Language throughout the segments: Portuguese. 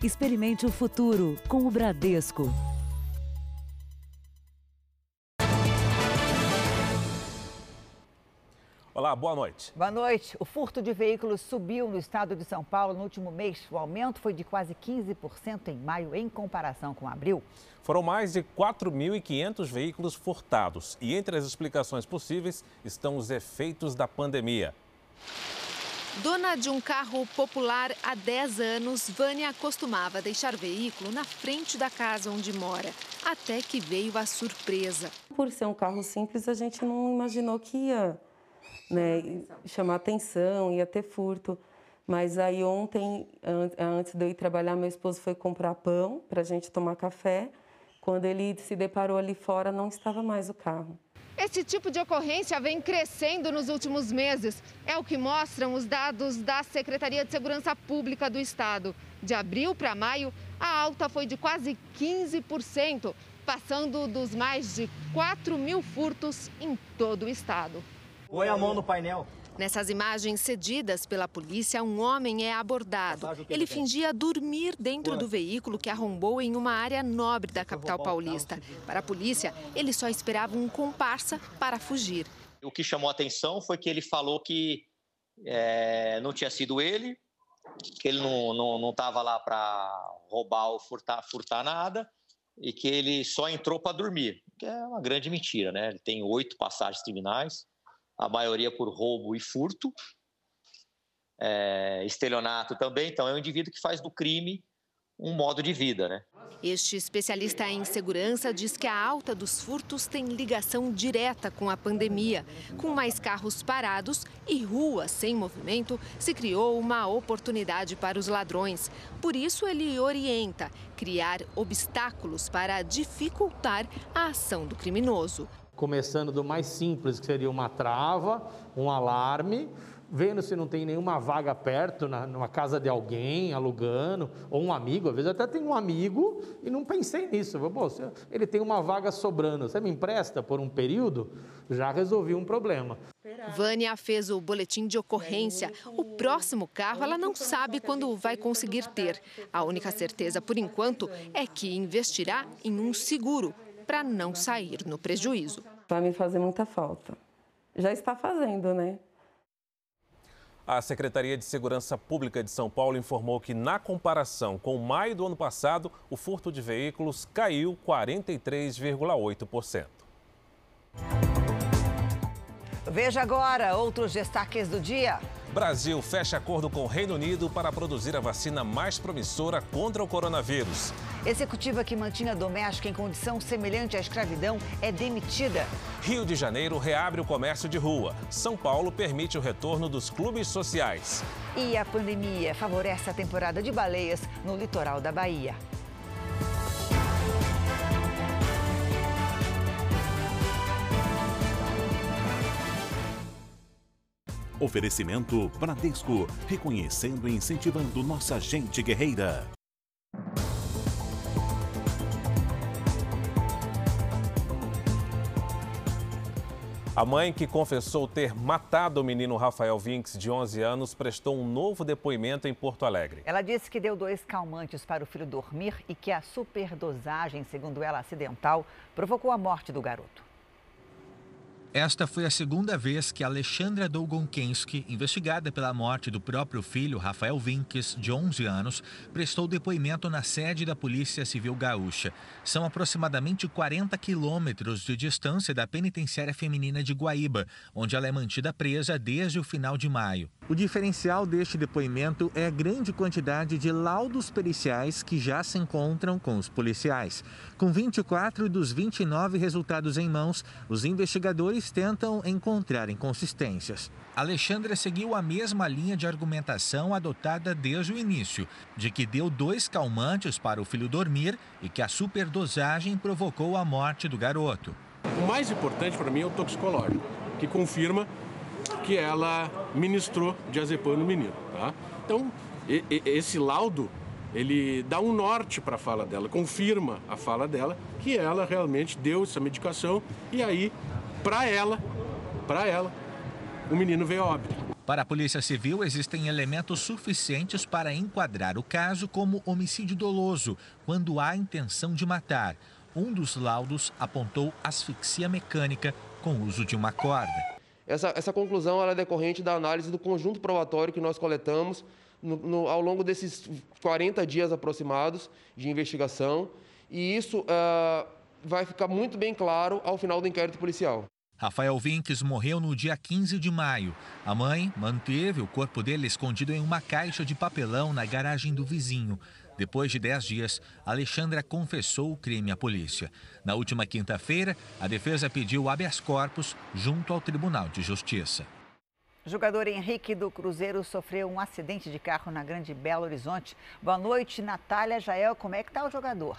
Experimente o futuro com o Bradesco. Olá, boa noite. Boa noite. O furto de veículos subiu no estado de São Paulo no último mês. O aumento foi de quase 15% em maio, em comparação com abril. Foram mais de 4.500 veículos furtados. E entre as explicações possíveis estão os efeitos da pandemia. Dona de um carro popular há 10 anos, Vânia costumava deixar veículo na frente da casa onde mora, até que veio a surpresa. Por ser um carro simples, a gente não imaginou que ia, chamar atenção, ia ter furto. Mas aí ontem, antes de eu ir trabalhar, meu esposo foi comprar pão para a gente tomar café. Quando ele se deparou ali fora, não estava mais o carro. Esse tipo de ocorrência vem crescendo nos últimos meses. É o que mostram os dados da Secretaria de Segurança Pública do Estado. De abril para maio, a alta foi de quase 15%, passando dos mais de 4.000 furtos em todo o estado. Põe a mão no painel. Nessas imagens cedidas pela polícia, um homem é abordado. Ele fingia dormir dentro do veículo que arrombou em uma área nobre da capital paulista. Para a polícia, ele só esperava um comparsa para fugir. O que chamou a atenção foi que ele falou que não tinha sido ele, que ele não estava lá para roubar ou furtar nada e que ele só entrou para dormir, que é uma grande mentira, né? Ele tem 8 passagens criminais. A maioria por roubo e furto, estelionato também. Então, é um indivíduo que faz do crime um modo de vida, né? Este especialista em segurança diz que a alta dos furtos tem ligação direta com a pandemia. Com mais carros parados e ruas sem movimento, se criou uma oportunidade para os ladrões. Por isso, ele orienta criar obstáculos para dificultar a ação do criminoso. Começando do mais simples, que seria uma trava, um alarme, vendo se não tem nenhuma vaga perto, numa casa de alguém, alugando, ou um amigo. Às vezes até tem um amigo e não pensei nisso. Pô, ele tem uma vaga sobrando, você me empresta por um período? Já resolvi um problema. Vânia fez o boletim de ocorrência. O próximo carro ela não sabe quando vai conseguir ter. A única certeza, por enquanto, é que investirá em um seguro para não sair no prejuízo. Vai me fazer muita falta. Já está fazendo, né? A Secretaria de Segurança Pública de São Paulo informou que, na comparação com maio do ano passado, o furto de veículos caiu 43,8%. Veja agora outros destaques do dia. Brasil fecha acordo com o Reino Unido para produzir a vacina mais promissora contra o coronavírus. Executiva que mantinha doméstica em condição semelhante à escravidão é demitida. Rio de Janeiro reabre o comércio de rua. São Paulo permite o retorno dos clubes sociais. E a pandemia favorece a temporada de baleias no litoral da Bahia. Oferecimento Bradesco, reconhecendo e incentivando nossa gente guerreira. A mãe que confessou ter matado o menino Rafael Vinques, de 11 anos, prestou um novo depoimento em Porto Alegre. Ela disse que deu 2 calmantes para o filho dormir e que a superdosagem, segundo ela, acidental, provocou a morte do garoto. Esta foi a segunda vez que Alexandra Dolgonkensky, investigada pela morte do próprio filho, Rafael Vinques, de 11 anos, prestou depoimento na sede da Polícia Civil Gaúcha. São aproximadamente 40 quilômetros de distância da penitenciária feminina de Guaíba, onde ela é mantida presa desde o final de maio. O diferencial deste depoimento é a grande quantidade de laudos periciais que já se encontram com os policiais. Com 24 dos 29 resultados em mãos, os investigadores tentam encontrar inconsistências. Alexandra seguiu a mesma linha de argumentação adotada desde o início, de que deu 2 calmantes para o filho dormir e que a superdosagem provocou a morte do garoto. O mais importante para mim é o toxicológico, que confirma que ela ministrou diazepam no menino. Tá? Então, esse laudo, ele dá um norte para a fala dela, confirma a fala dela, que ela realmente deu essa medicação e aí, para ela, o menino veio a óbito. Para a Polícia Civil, existem elementos suficientes para enquadrar o caso como homicídio doloso, quando há intenção de matar. Um dos laudos apontou asfixia mecânica com o uso de uma corda. Essa conclusão ela é decorrente da análise do conjunto probatório que nós coletamos ao longo desses 40 dias aproximados de investigação, e isso vai ficar muito bem claro ao final do inquérito policial. Rafael Vinques morreu no dia 15 de maio. A mãe manteve o corpo dele escondido em uma caixa de papelão na garagem do vizinho. Depois de 10 dias, Alexandra confessou o crime à polícia. Na última quinta-feira, a defesa pediu habeas corpus junto ao Tribunal de Justiça. O jogador Henrique do Cruzeiro sofreu um acidente de carro na Grande Belo Horizonte. Boa noite, Natália Jael. Como é que está o jogador?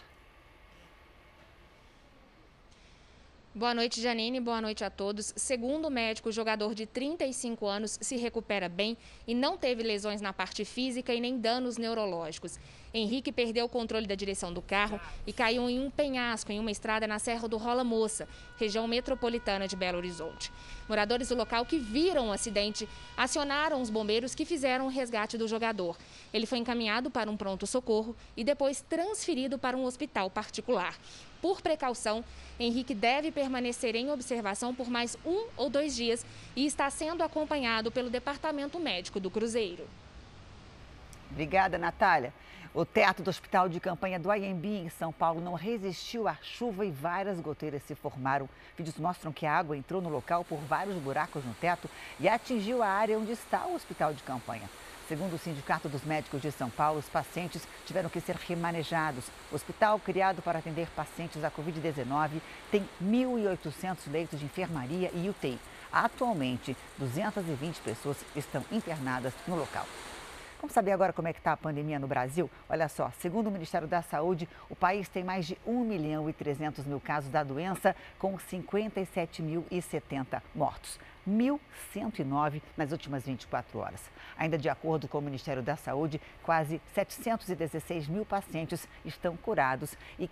Boa noite, Janine. Boa noite a todos. Segundo o médico, o jogador de 35 anos se recupera bem e não teve lesões na parte física e nem danos neurológicos. Henrique perdeu o controle da direção do carro e caiu em um penhasco em uma estrada na Serra do Rola Moça, região metropolitana de Belo Horizonte. Moradores do local que viram o acidente acionaram os bombeiros que fizeram o resgate do jogador. Ele foi encaminhado para um pronto-socorro e depois transferido para um hospital particular. Por precaução, Henrique deve permanecer em observação por mais 1 ou 2 dias e está sendo acompanhado pelo Departamento Médico do Cruzeiro. Obrigada, Natália. O teto do Hospital de Campanha do Anhembi, em São Paulo, não resistiu à chuva e várias goteiras se formaram. Vídeos mostram que a água entrou no local por vários buracos no teto e atingiu a área onde está o Hospital de Campanha. Segundo o Sindicato dos Médicos de São Paulo, os pacientes tiveram que ser remanejados. O hospital, criado para atender pacientes da Covid-19, tem 1.800 leitos de enfermaria e UTI. Atualmente, 220 pessoas estão internadas no local. Vamos saber agora como é que está a pandemia no Brasil? Olha só, segundo o Ministério da Saúde, o país tem mais de 1.300.000 casos da doença, com 57.070 mortos. 1.109 nas últimas 24 horas. Ainda de acordo com o Ministério da Saúde, quase 716 mil pacientes estão curados e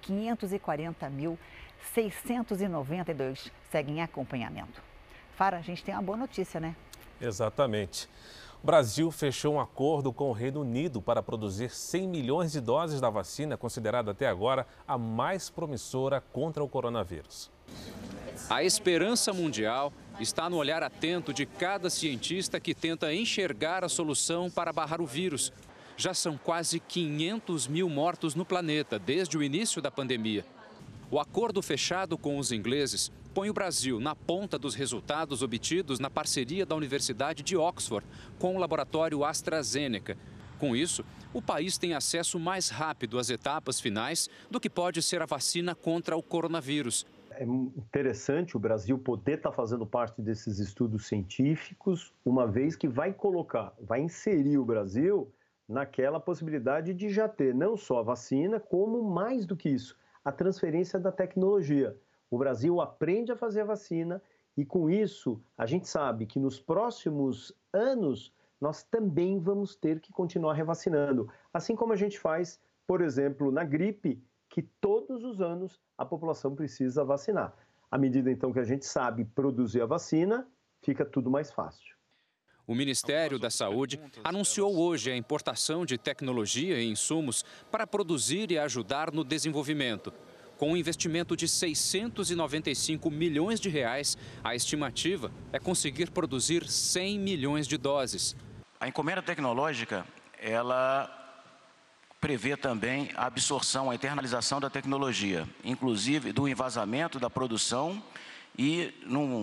540.692 seguem em acompanhamento. Fara, a gente tem uma boa notícia, né? Exatamente. O Brasil fechou um acordo com o Reino Unido para produzir 100 milhões de doses da vacina, considerada até agora a mais promissora contra o coronavírus. A esperança mundial está no olhar atento de cada cientista que tenta enxergar a solução para barrar o vírus. Já são quase 500 mil mortos no planeta desde o início da pandemia. O acordo fechado com os ingleses põe o Brasil na ponta dos resultados obtidos na parceria da Universidade de Oxford com o laboratório AstraZeneca. Com isso, o país tem acesso mais rápido às etapas finais do que pode ser a vacina contra o coronavírus. É interessante o Brasil poder estar fazendo parte desses estudos científicos, uma vez que vai inserir o Brasil naquela possibilidade de já ter não só a vacina, como mais do que isso, a transferência da tecnologia. O Brasil aprende a fazer a vacina e, com isso, a gente sabe que nos próximos anos nós também vamos ter que continuar revacinando. Assim como a gente faz, por exemplo, na gripe, que todos os anos a população precisa vacinar. À medida, então, que a gente sabe produzir a vacina, fica tudo mais fácil. O Ministério da Saúde anunciou hoje a importação de tecnologia e insumos para produzir e ajudar no desenvolvimento. Com um investimento de 695 milhões de reais, a estimativa é conseguir produzir 100 milhões de doses. A encomenda tecnológica, ela prevê também a absorção, a internalização da tecnologia, inclusive do envasamento da produção e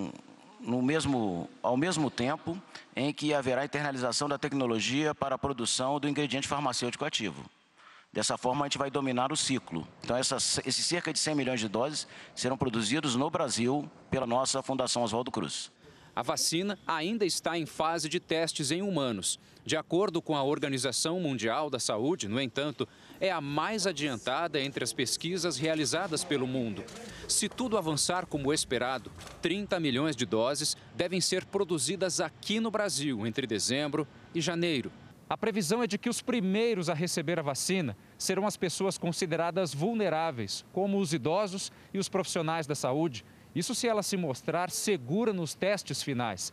ao mesmo tempo em que haverá internalização da tecnologia para a produção do ingrediente farmacêutico ativo. Dessa forma, a gente vai dominar o ciclo. Então, esses cerca de 100 milhões de doses serão produzidos no Brasil pela nossa Fundação Oswaldo Cruz. A vacina ainda está em fase de testes em humanos. De acordo com a Organização Mundial da Saúde, no entanto, é a mais adiantada entre as pesquisas realizadas pelo mundo. Se tudo avançar como esperado, 30 milhões de doses devem ser produzidas aqui no Brasil entre dezembro e janeiro. A previsão é de que os primeiros a receber a vacina serão as pessoas consideradas vulneráveis, como os idosos e os profissionais da saúde. Isso se ela se mostrar segura nos testes finais.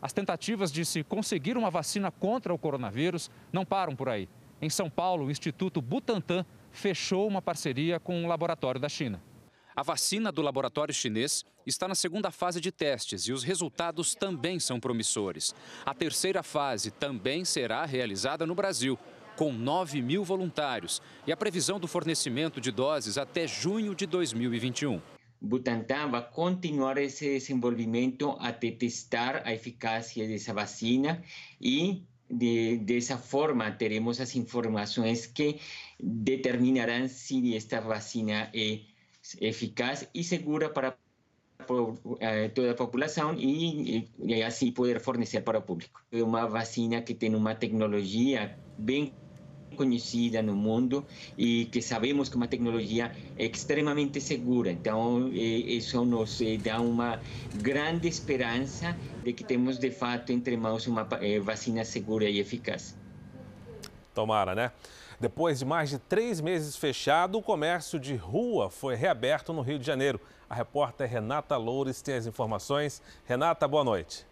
As tentativas de se conseguir uma vacina contra o coronavírus não param por aí. Em São Paulo, o Instituto Butantan fechou uma parceria com um laboratório da China. A vacina do laboratório chinês está na segunda fase de testes e os resultados também são promissores. A terceira fase também será realizada no Brasil, com 9.000 voluntários e a previsão do fornecimento de doses até junho de 2021. Butantan vai continuar esse desenvolvimento até testar a eficácia dessa vacina e, dessa forma, teremos as informações que determinarão se esta vacina é eficaz e segura para toda a população e assim poder fornecer para o público. É uma vacina que tem uma tecnologia bem conhecida no mundo e que sabemos que é uma tecnologia extremamente segura. Então, isso nos dá uma grande esperança de que temos, de fato, entre mãos uma vacina segura e eficaz. Tomara, né? Depois de mais de 3 meses fechado, o comércio de rua foi reaberto no Rio de Janeiro. A repórter Renata Loures tem as informações. Renata, boa noite.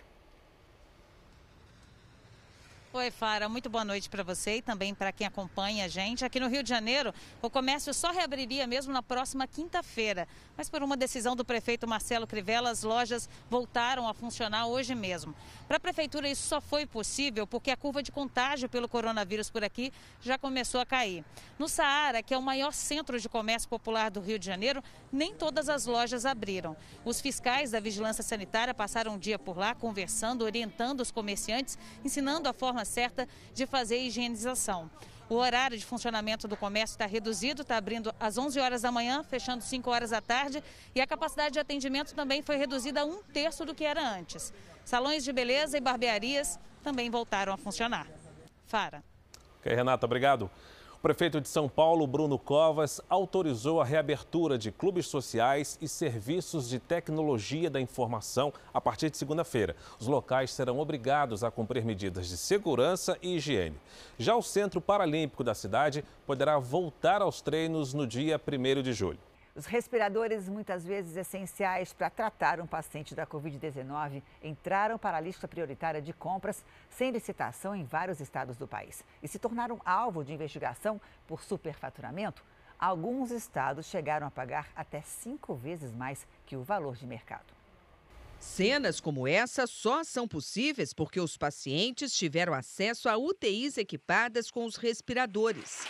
Oi, Fara, muito boa noite para você e também para quem acompanha a gente. Aqui no Rio de Janeiro, o comércio só reabriria mesmo na próxima quinta-feira. Mas por uma decisão do prefeito Marcelo Crivella, as lojas voltaram a funcionar hoje mesmo. Para a prefeitura, isso só foi possível porque a curva de contágio pelo coronavírus por aqui já começou a cair. No Saara, que é o maior centro de comércio popular do Rio de Janeiro, nem todas as lojas abriram. Os fiscais da Vigilância Sanitária passaram um dia por lá, conversando, orientando os comerciantes, ensinando a forma certa de fazer a higienização. O horário de funcionamento do comércio está reduzido, está abrindo às 11 horas da manhã, fechando 5 horas da tarde e a capacidade de atendimento também foi reduzida a 1/3 do que era antes. Salões de beleza e barbearias também voltaram a funcionar. Fara. Ok, Renata, obrigado. O prefeito de São Paulo, Bruno Covas, autorizou a reabertura de clubes sociais e serviços de tecnologia da informação a partir de segunda-feira. Os locais serão obrigados a cumprir medidas de segurança e higiene. Já o Centro Paralímpico da cidade poderá voltar aos treinos no dia 1º de julho. Os respiradores, muitas vezes essenciais para tratar um paciente da Covid-19, entraram para a lista prioritária de compras sem licitação em vários estados do país e se tornaram alvo de investigação por superfaturamento. Alguns estados chegaram a pagar até 5 vezes mais que o valor de mercado. Cenas como essa só são possíveis porque os pacientes tiveram acesso a UTIs equipadas com os respiradores.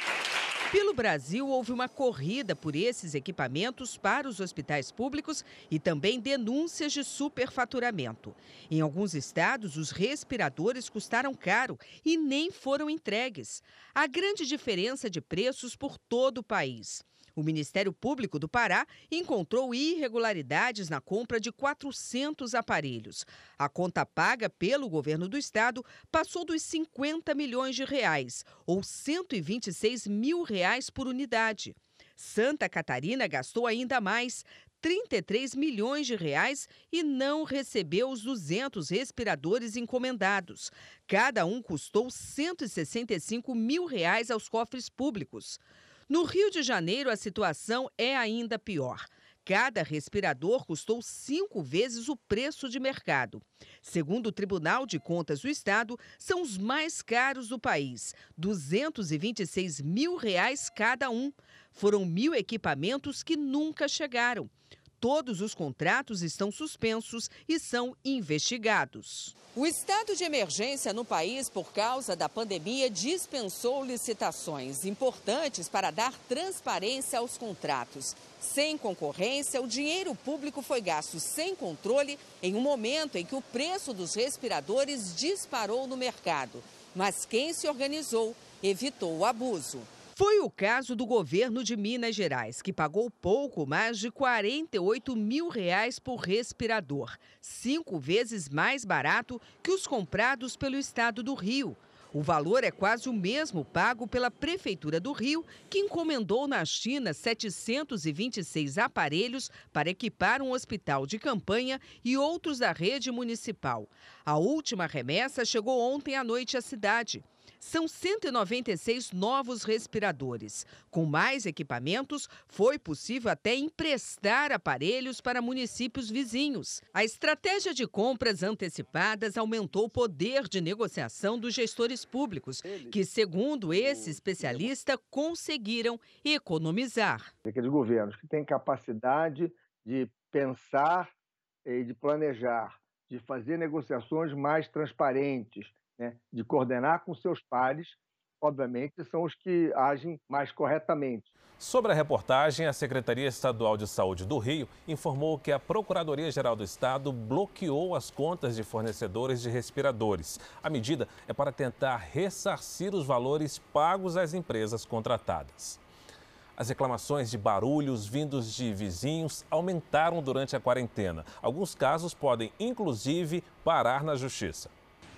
Pelo Brasil, houve uma corrida por esses equipamentos para os hospitais públicos e também denúncias de superfaturamento. Em alguns estados, os respiradores custaram caro e nem foram entregues. Há grande diferença de preços por todo o país. O Ministério Público do Pará encontrou irregularidades na compra de 400 aparelhos. A conta paga pelo governo do estado passou dos 50 milhões de reais, ou 126 mil reais por unidade. Santa Catarina gastou ainda mais, 33 milhões de reais e não recebeu os 200 respiradores encomendados. Cada um custou 165 mil reais aos cofres públicos. No Rio de Janeiro, a situação é ainda pior. Cada respirador custou 5 vezes o preço de mercado. Segundo o Tribunal de Contas do Estado, são os mais caros do país, R$ 226 mil reais cada um. Foram 1.000 equipamentos que nunca chegaram. Todos os contratos estão suspensos e são investigados. O estado de emergência no país por causa da pandemia dispensou licitações importantes para dar transparência aos contratos. Sem concorrência, o dinheiro público foi gasto sem controle em um momento em que o preço dos respiradores disparou no mercado. Mas quem se organizou evitou o abuso. Foi o caso do governo de Minas Gerais, que pagou pouco mais de R$ 48 mil reais por respirador, 5 vezes mais barato que os comprados pelo estado do Rio. O valor é quase o mesmo pago pela Prefeitura do Rio, que encomendou na China 726 aparelhos para equipar um hospital de campanha e outros da rede municipal. A última remessa chegou ontem à noite à cidade. São 196 novos respiradores. Com mais equipamentos, foi possível até emprestar aparelhos para municípios vizinhos. A estratégia de compras antecipadas aumentou o poder de negociação dos gestores públicos, que, segundo esse especialista, conseguiram economizar. Aqueles governos que têm capacidade de pensar e de planejar, de fazer negociações mais transparentes, né, de coordenar com seus pares, obviamente, são os que agem mais corretamente. Sobre a reportagem, a Secretaria Estadual de Saúde do Rio informou que a Procuradoria-Geral do Estado bloqueou as contas de fornecedores de respiradores. A medida é para tentar ressarcir os valores pagos às empresas contratadas. As reclamações de barulhos vindos de vizinhos aumentaram durante a quarentena. Alguns casos podem, inclusive, parar na justiça.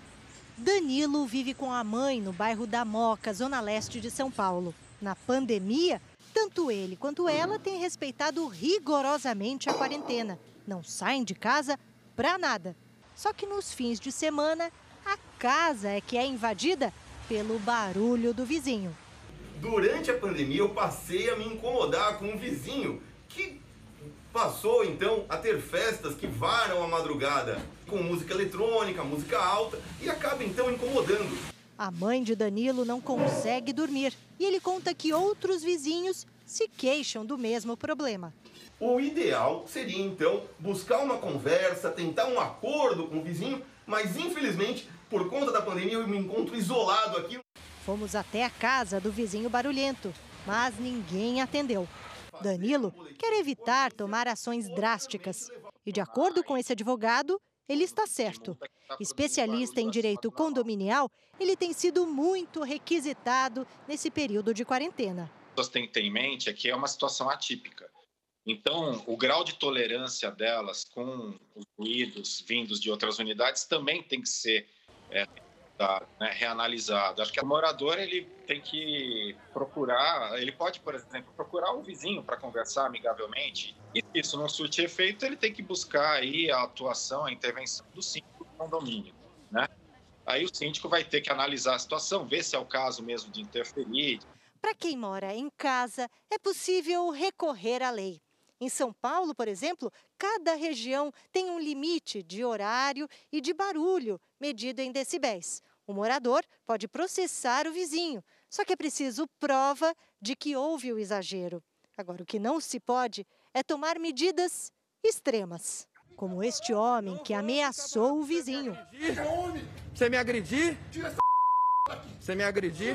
Danilo vive com a mãe no bairro da Moca, zona leste de São Paulo. Na pandemia, tanto ele quanto ela têm respeitado rigorosamente a quarentena. Não saem de casa pra nada. Só que nos fins de semana, a casa é que é invadida pelo barulho do vizinho. Durante a pandemia, eu passei a me incomodar com um vizinho que passou, então, a ter festas que varam a madrugada, com música eletrônica, música alta, e acaba, então, incomodando. A mãe de Danilo não consegue dormir e ele conta que outros vizinhos se queixam do mesmo problema. O ideal seria, então, buscar uma conversa, tentar um acordo com o vizinho, mas, infelizmente, por conta da pandemia, eu me encontro isolado aqui. Fomos até a casa do vizinho barulhento, mas ninguém atendeu. Danilo quer evitar tomar ações drásticas. E, de acordo com esse advogado, ele está certo. Especialista em direito condominial, ele tem sido muito requisitado nesse período de quarentena. As pessoas têm que ter em mente é que é uma situação atípica. Então, o grau de tolerância delas com os ruídos vindos de outras unidades também tem que ser reanalisado. Acho que o morador ele tem que procurar, ele pode, por exemplo, procurar o vizinho para conversar amigavelmente. E se isso não surtir efeito, ele tem que buscar aí a atuação, a intervenção do síndico do condomínio, né? Aí o síndico vai ter que analisar a situação, ver se é o caso mesmo de interferir. Para quem mora em casa, é possível recorrer à lei. Em São Paulo, por exemplo, cada região tem um limite de horário e de barulho medido em decibéis. O morador pode processar o vizinho, só que é preciso prova de que houve o exagero. Agora, o que não se pode é tomar medidas extremas, como este homem que ameaçou o vizinho. Você me agredir? Você me agredir?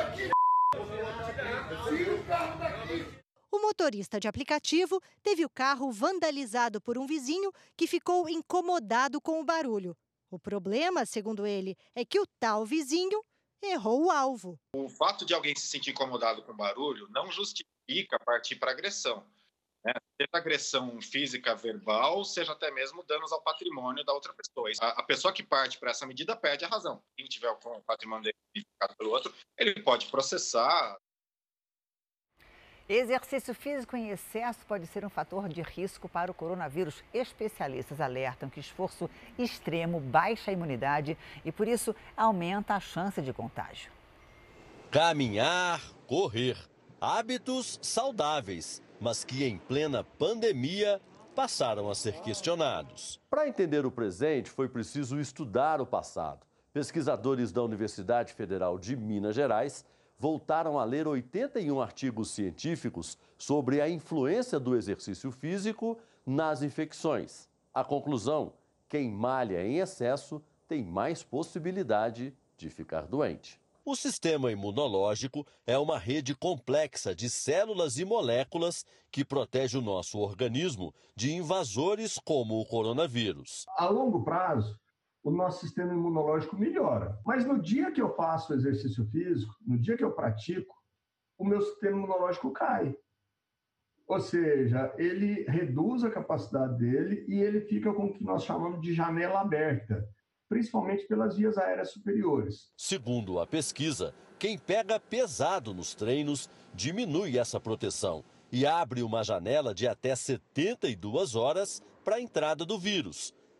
O motorista de aplicativo teve o carro vandalizado por um vizinho que ficou incomodado com o barulho. O problema, segundo ele, é que o tal vizinho errou o alvo. O fato de alguém se sentir incomodado com barulho não justifica partir para agressão, né? Seja agressão física, verbal, seja até mesmo danos ao patrimônio da outra pessoa. A pessoa que parte para essa medida perde a razão. Quem tiver o patrimônio dele identificado pelo outro, ele pode processar. Exercício físico em excesso pode ser um fator de risco para o coronavírus. Especialistas alertam que esforço extremo baixa a imunidade e, por isso, aumenta a chance de contágio. Caminhar, correr. Hábitos saudáveis, mas que em plena pandemia passaram a ser questionados. Para entender o presente, foi preciso estudar o passado. Pesquisadores da Universidade Federal de Minas Gerais voltaram a ler 81 artigos científicos sobre a influência do exercício físico nas infecções. A conclusão: quem malha em excesso tem mais possibilidade de ficar doente. O sistema imunológico é uma rede complexa de células e moléculas que protege o nosso organismo de invasores como o coronavírus. A longo prazo, o nosso sistema imunológico melhora. Mas no dia que eu faço exercício físico, no dia que eu pratico, o meu sistema imunológico cai. Ou seja, ele reduz a capacidade dele e ele fica com o que nós chamamos de janela aberta, principalmente pelas vias aéreas superiores. Segundo a pesquisa, quem pega pesado nos treinos diminui essa proteção e abre uma janela de até 72 horas para a entrada do vírus.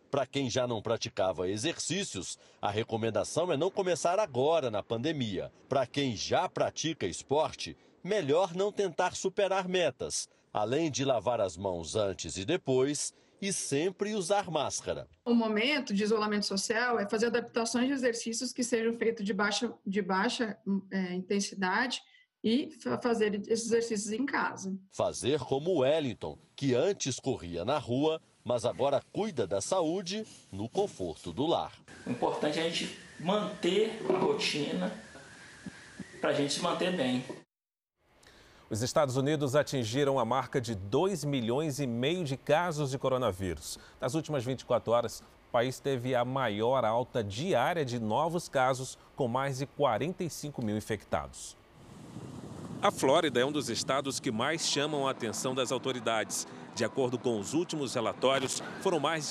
Para quem já não praticava exercícios, a recomendação é não começar agora na pandemia. Para quem já pratica esporte, melhor não tentar superar metas, além de lavar as mãos antes e depois e sempre usar máscara. O momento de isolamento social é fazer adaptações de exercícios que sejam feitos de baixa intensidade e fazer esses exercícios em casa. Fazer como o Wellington, que antes corria na rua, mas agora cuida da saúde no conforto do lar. O importante é a gente manter a rotina para a gente se manter bem. Os Estados Unidos atingiram a marca de 2,5 milhões de casos de coronavírus. Nas últimas 24 horas, o país teve a maior alta diária de novos casos, com mais de 45 mil infectados. A Flórida é um dos estados que mais chamam a atenção das autoridades. De acordo com os últimos relatórios, foram mais de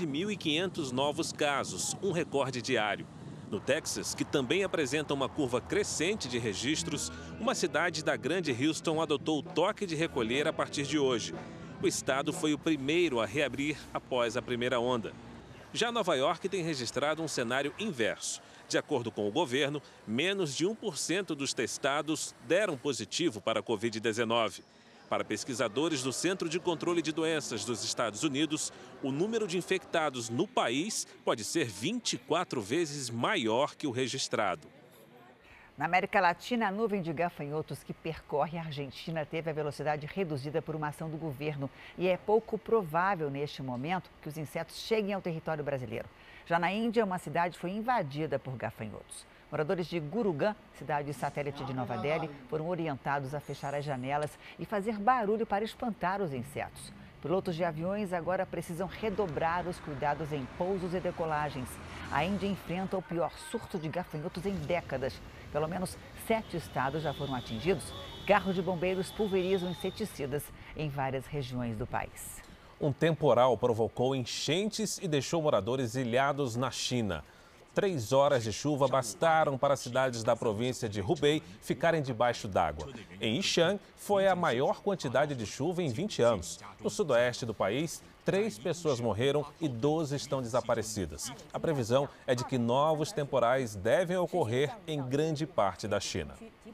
9.500 novos casos, um recorde diário. No Texas, que também apresenta uma curva crescente de registros, uma cidade da Grande Houston adotou o toque de recolher a partir de hoje. O estado foi o primeiro a reabrir após a primeira onda. Já Nova York tem registrado um cenário inverso. De acordo com o governo, menos de 1% dos testados deram positivo para a Covid-19. Para pesquisadores do Centro de Controle de Doenças dos Estados Unidos, o número de infectados no país pode ser 24 vezes maior que o registrado. Na América Latina, a nuvem de gafanhotos que percorre a Argentina teve a velocidade reduzida por uma ação do governo e é pouco provável, neste momento, que os insetos cheguem ao território brasileiro. Já na Índia, uma cidade foi invadida por gafanhotos. Moradores de Gurugram, cidade satélite de Nova Delhi, foram orientados a fechar as janelas e fazer barulho para espantar os insetos. Pilotos de aviões agora precisam redobrar os cuidados em pousos e decolagens. A Índia enfrenta o pior surto de gafanhotos em décadas. Pelo menos 7 estados já foram atingidos. Carros de bombeiros pulverizam inseticidas em várias regiões do país. Um temporal provocou enchentes e deixou moradores ilhados na China. 3 horas de chuva bastaram para as cidades da província de Hubei ficarem debaixo d'água. Em Yixiang, foi a maior quantidade de chuva em 20 anos. No sudoeste do país, 3 pessoas morreram e 12 estão desaparecidas. A previsão é de que novos temporais devem ocorrer em grande parte da China.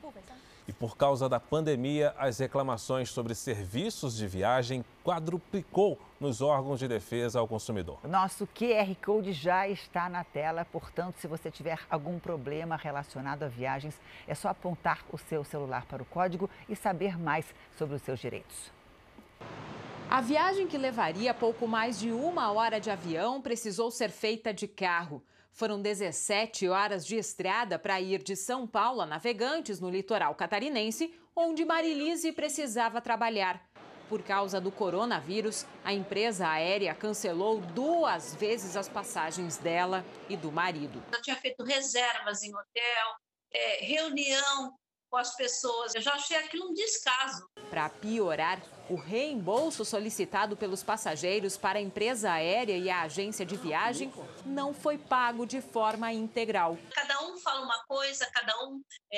E por causa da pandemia, as reclamações sobre serviços de viagem quadruplicou nos órgãos de defesa ao consumidor. Nosso QR Code já está na tela, portanto, se você tiver algum problema relacionado a viagens, é só apontar o seu celular para o código e saber mais sobre os seus direitos. A viagem que levaria pouco mais de 1 hora de avião precisou ser feita de carro. Foram 17 horas de estrada para ir de São Paulo a Navegantes, no litoral catarinense, onde Marilise precisava trabalhar. Por causa do coronavírus, a empresa aérea cancelou 2 vezes as passagens dela e do marido. Eu tinha feito reservas em hotel, reunião com as pessoas. Eu já achei aquilo um descaso. Para piorar, o reembolso solicitado pelos passageiros para a empresa aérea e a agência de viagem não foi pago de forma integral. Cada um fala uma coisa, cada um...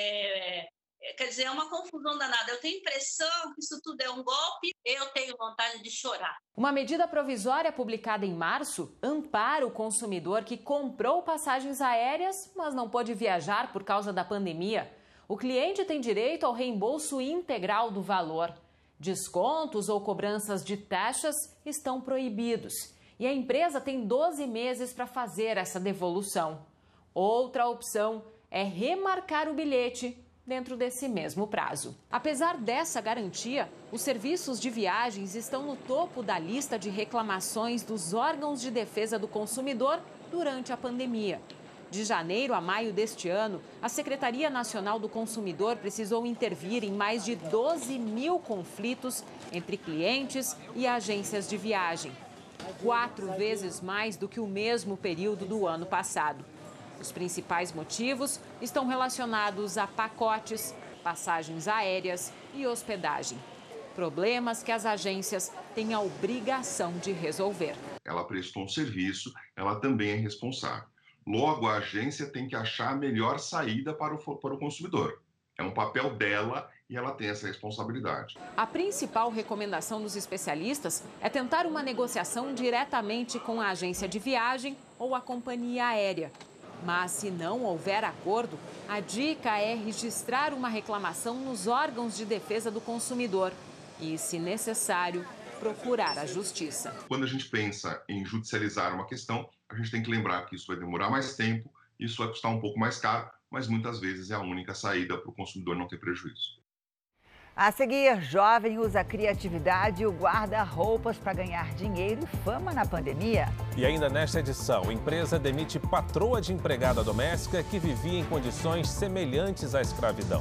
Quer dizer, é uma confusão danada. Eu tenho impressão que isso tudo é um golpe. Eu tenho vontade de chorar. Uma medida provisória publicada em março ampara o consumidor que comprou passagens aéreas, mas não pôde viajar por causa da pandemia. O cliente tem direito ao reembolso integral do valor. Descontos ou cobranças de taxas estão proibidos. E a empresa tem 12 meses para fazer essa devolução. Outra opção é remarcar o bilhete dentro desse mesmo prazo. Apesar dessa garantia, os serviços de viagens estão no topo da lista de reclamações dos órgãos de defesa do consumidor durante a pandemia. De janeiro a maio deste ano, a Secretaria Nacional do Consumidor precisou intervir em mais de 12 mil conflitos entre clientes e agências de viagem. 4 vezes mais do que o mesmo período do ano passado. Os principais motivos estão relacionados a pacotes, passagens aéreas e hospedagem. Problemas que as agências têm a obrigação de resolver. Ela prestou um serviço, ela também é responsável. Logo, a agência tem que achar a melhor saída para o consumidor. É um papel dela e ela tem essa responsabilidade. A principal recomendação dos especialistas é tentar uma negociação diretamente com a agência de viagem ou a companhia aérea. Mas, se não houver acordo, a dica é registrar uma reclamação nos órgãos de defesa do consumidor e, se necessário, procurar a justiça. Quando a gente pensa em judicializar uma questão, a gente tem que lembrar que isso vai demorar mais tempo, isso vai custar um pouco mais caro, mas muitas vezes é a única saída para o consumidor não ter prejuízo. A seguir, jovem usa a criatividade e o guarda-roupas para ganhar dinheiro e fama na pandemia. E ainda nesta edição, empresa demite patroa de empregada doméstica que vivia em condições semelhantes à escravidão.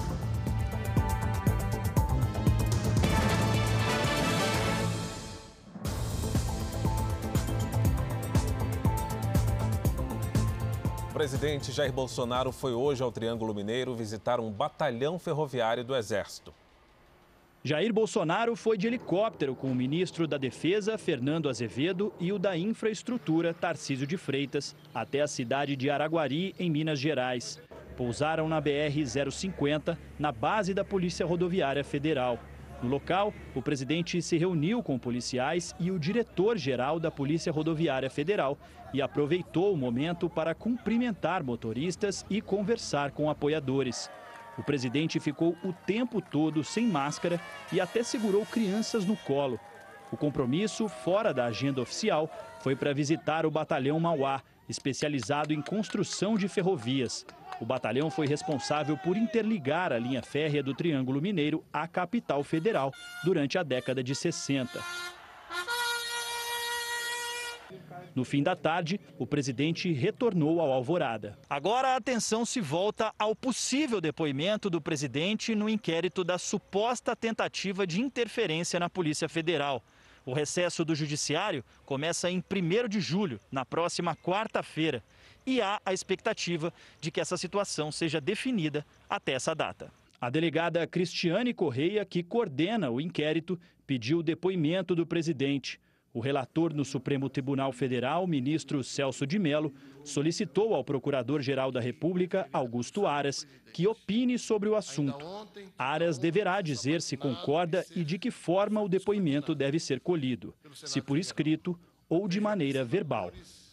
O presidente Jair Bolsonaro foi hoje ao Triângulo Mineiro visitar um batalhão ferroviário do Exército. Jair Bolsonaro foi de helicóptero com o ministro da Defesa, Fernando Azevedo, e o da Infraestrutura, Tarcísio de Freitas, até a cidade de Araguari, em Minas Gerais. Pousaram na BR-050, na base da Polícia Rodoviária Federal. No local, o presidente se reuniu com policiais e o diretor-geral da Polícia Rodoviária Federal e aproveitou o momento para cumprimentar motoristas e conversar com apoiadores. O presidente ficou o tempo todo sem máscara e até segurou crianças no colo. O compromisso, fora da agenda oficial, foi para visitar o Batalhão Mauá, especializado em construção de ferrovias. O batalhão foi responsável por interligar a linha férrea do Triângulo Mineiro à capital federal durante a década de 60. No fim da tarde, o presidente retornou ao Alvorada. Agora a atenção se volta ao possível depoimento do presidente no inquérito da suposta tentativa de interferência na Polícia Federal. O recesso do Judiciário começa em 1º de julho, na próxima quarta-feira. E há a expectativa de que essa situação seja definida até essa data. A delegada Cristiane Correia, que coordena o inquérito, pediu o depoimento do presidente. O relator no Supremo Tribunal Federal, ministro Celso de Mello, solicitou ao Procurador-Geral da República, Augusto Aras, que opine sobre o assunto. Aras deverá dizer se concorda e de que forma o depoimento deve ser colhido, se por escrito ou de maneira verbal.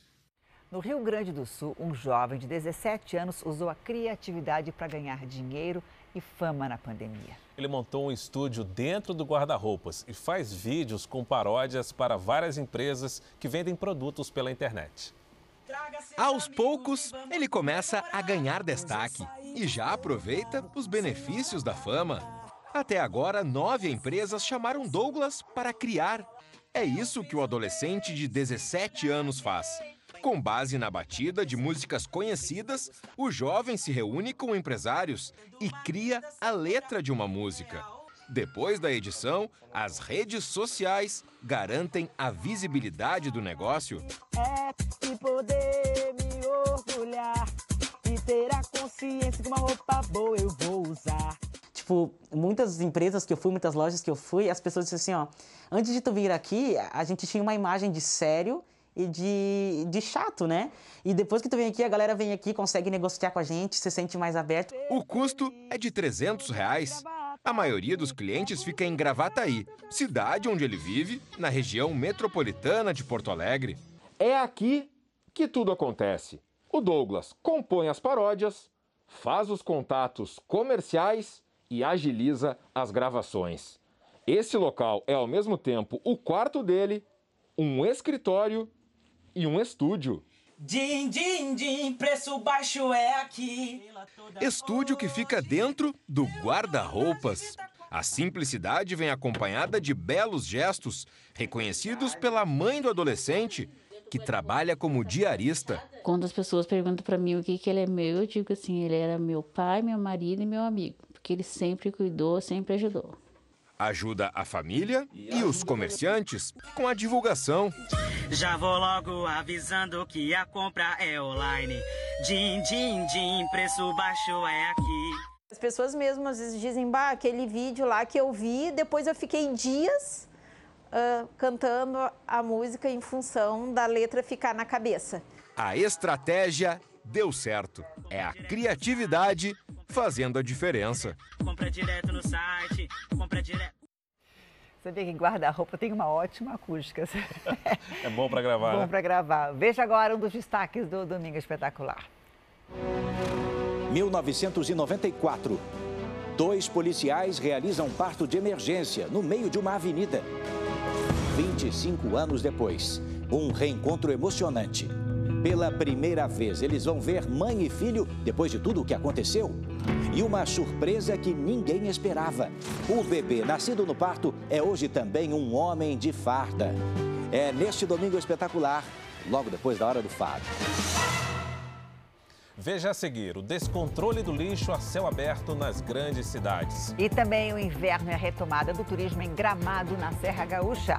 No Rio Grande do Sul, um jovem de 17 anos usou a criatividade para ganhar dinheiro e fama na pandemia. Ele montou um estúdio dentro do guarda-roupas e faz vídeos com paródias para várias empresas que vendem produtos pela internet. Aos poucos, ele começa a ganhar destaque e já aproveita os benefícios da fama. Até agora, 9 empresas chamaram Douglas para criar. É isso que o adolescente de 17 anos faz. Com base na batida de músicas conhecidas, o jovem se reúne com empresários e cria a letra de uma música. Depois da edição, as redes sociais garantem a visibilidade do negócio. É de poder me orgulhar e ter a consciência de uma roupa boa eu vou usar. Tipo, muitas empresas que eu fui, muitas lojas que eu fui, as pessoas disseram assim, ó, antes de tu vir aqui, a gente tinha uma imagem de sério e de chato, né? E depois que tu vem aqui, a galera vem aqui, consegue negociar com a gente, se sente mais aberto. O custo é de R$300. A maioria dos clientes fica em Gravataí, cidade onde ele vive, na região metropolitana de Porto Alegre. É aqui que tudo acontece. O Douglas compõe as paródias, faz os contatos comerciais e agiliza as gravações. Esse local é, ao mesmo tempo, o quarto dele, um escritório e um estúdio. Din, din, din, preço baixo é aqui. Estúdio que fica dentro do guarda-roupas. A simplicidade vem acompanhada de belos gestos, reconhecidos pela mãe do adolescente, que trabalha como diarista. Quando as pessoas perguntam para mim o que ele é meu, eu digo assim, ele era meu pai, meu marido e meu amigo, porque ele sempre cuidou, sempre ajudou. Ajuda a família e os comerciantes com a divulgação. Já vou logo avisando que a compra é online. Din, din, din, preço baixo é aqui. As pessoas mesmo às vezes dizem, bah, aquele vídeo lá que eu vi, depois eu fiquei dias cantando a música em função da letra ficar na cabeça. A estratégia deu certo. É a criatividade fazendo a diferença. Compra direto no site, compra direto. Sabia que guarda-roupa tem uma ótima acústica. É bom para gravar, Bom né? para gravar. Veja agora um dos destaques do Domingo Espetacular. 1994. 2 policiais realizam parto de emergência no meio de uma avenida. 25 anos depois, um reencontro emocionante. Pela primeira vez, eles vão ver mãe e filho depois de tudo o que aconteceu. E uma surpresa que ninguém esperava. O bebê nascido no parto é hoje também um homem de farda. É neste Domingo Espetacular, logo depois da hora do fado. Veja a seguir o descontrole do lixo a céu aberto nas grandes cidades. E também o inverno e a retomada do turismo em Gramado, na Serra Gaúcha.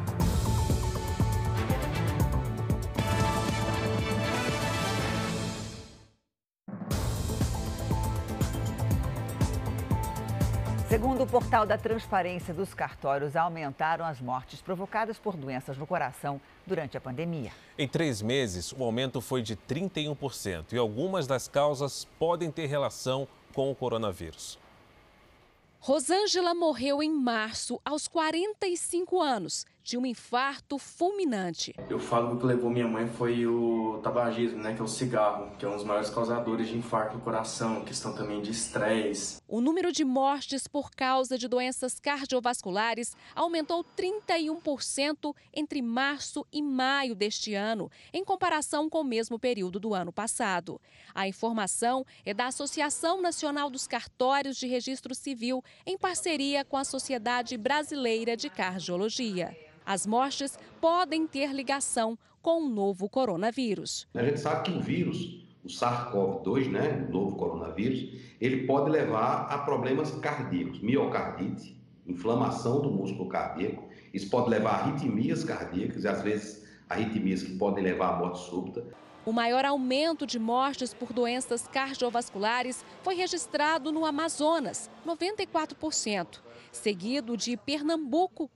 Segundo o portal da Transparência dos Cartórios, aumentaram as mortes provocadas por doenças no coração durante a pandemia. Em 3 meses, o aumento foi de 31% e algumas das causas podem ter relação com o coronavírus. Rosângela morreu em março, aos 45 anos, de um infarto fulminante. Eu falo que o que levou minha mãe foi o tabagismo, né, que é o cigarro, que é um dos maiores causadores de infarto no coração, questão também de estresse. O número de mortes por causa de doenças cardiovasculares aumentou 31% entre março e maio deste ano, em comparação com o mesmo período do ano passado. A informação é da Associação Nacional dos Cartórios de Registro Civil, em parceria com a Sociedade Brasileira de Cardiologia. As mortes podem ter ligação com o novo coronavírus. A gente sabe que o vírus, o SARS-CoV-2, né, o novo coronavírus, ele pode levar a problemas cardíacos, miocardite, inflamação do músculo cardíaco. Isso pode levar a arritmias cardíacas e, às vezes, arritmias que podem levar à morte súbita. O maior aumento de mortes por doenças cardiovasculares foi registrado no Amazonas, 94%, seguido de Pernambuco,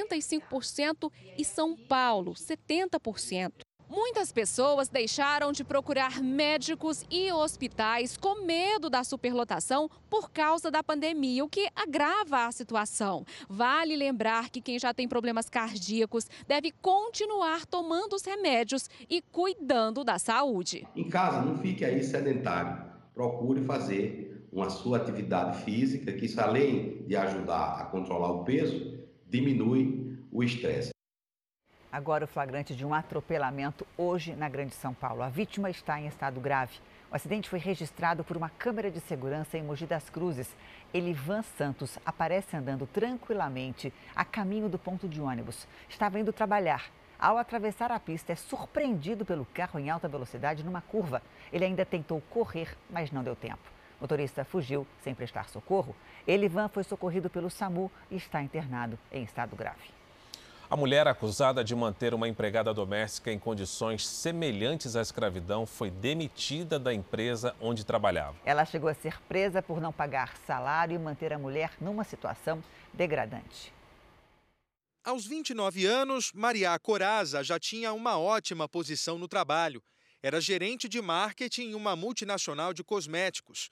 85%, e São Paulo, 70%. Muitas pessoas deixaram de procurar médicos e hospitais com medo da superlotação por causa da pandemia, o que agrava a situação. Vale lembrar que quem já tem problemas cardíacos deve continuar tomando os remédios e cuidando da saúde. Em casa, não fique aí sedentário. Procure fazer uma sua atividade física, que isso, além de ajudar a controlar o peso, diminui o estresse. Agora o flagrante de um atropelamento hoje na Grande São Paulo. A vítima está em estado grave. O acidente foi registrado por uma câmera de segurança em Mogi das Cruzes. Elivan Santos aparece andando tranquilamente a caminho do ponto de ônibus. Estava indo trabalhar. Ao atravessar a pista, é surpreendido pelo carro em alta velocidade numa curva. Ele ainda tentou correr, mas não deu tempo. O motorista fugiu sem prestar socorro. Elivan foi socorrido pelo SAMU e está internado em estado grave. A mulher acusada de manter uma empregada doméstica em condições semelhantes à escravidão foi demitida da empresa onde trabalhava. Ela chegou a ser presa por não pagar salário e manter a mulher numa situação degradante. Aos 29 anos, Maria Coraza já tinha uma ótima posição no trabalho. Era gerente de marketing em uma multinacional de cosméticos.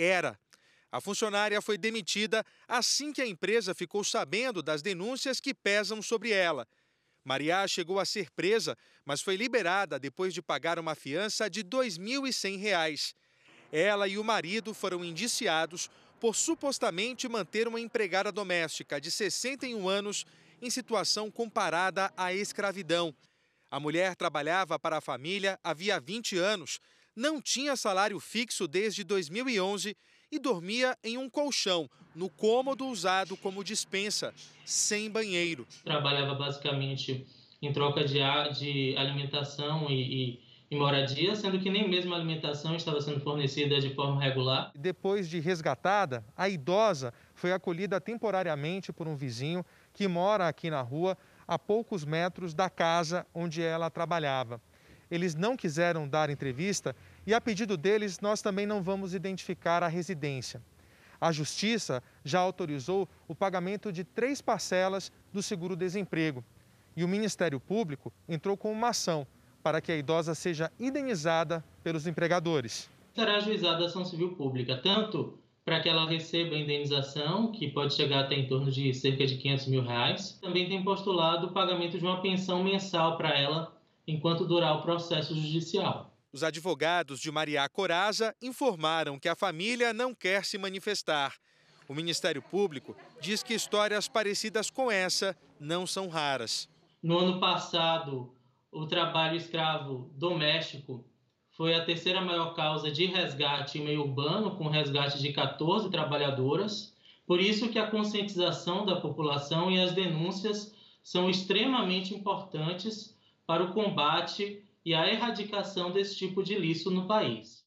A funcionária foi demitida assim que a empresa ficou sabendo das denúncias que pesam sobre ela. Maria chegou a ser presa, mas foi liberada depois de pagar uma fiança de R$ 2.100. Ela e o marido foram indiciados por supostamente manter uma empregada doméstica de 61 anos em situação comparada à escravidão. A mulher trabalhava para a família havia 20 anos, não tinha salário fixo desde 2011 e dormia em um colchão, no cômodo usado como despensa, sem banheiro. Trabalhava basicamente em troca de alimentação e moradia, sendo que nem mesmo a alimentação estava sendo fornecida de forma regular. Depois de resgatada, a idosa foi acolhida temporariamente por um vizinho que mora aqui na rua, a poucos metros da casa onde ela trabalhava. Eles não quiseram dar entrevista e, a pedido deles, nós também não vamos identificar a residência. A Justiça já autorizou o pagamento de 3 parcelas do seguro-desemprego. E o Ministério Público entrou com uma ação para que a idosa seja indenizada pelos empregadores. Será ajuizada a ação civil pública, tanto para que ela receba a indenização, que pode chegar até em torno de cerca de R$500 mil. Também tem postulado o pagamento de uma pensão mensal para ela enquanto durar o processo judicial. Os advogados de Mariá Coraza informaram que a família não quer se manifestar. O Ministério Público diz que histórias parecidas com essa não são raras. No ano passado, o trabalho escravo doméstico foi a terceira maior causa de resgate em meio urbano, com resgate de 14 trabalhadoras. Por isso que a conscientização da população e as denúncias são extremamente importantes para o combate e a erradicação desse tipo de ilícito no país.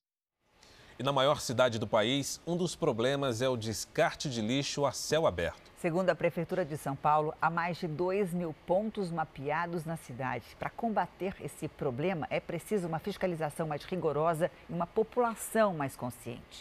E na maior cidade do país, um dos problemas é o descarte de lixo a céu aberto. Segundo a Prefeitura de São Paulo, há mais de 2.000 pontos mapeados na cidade. Para combater esse problema, é preciso uma fiscalização mais rigorosa e uma população mais consciente.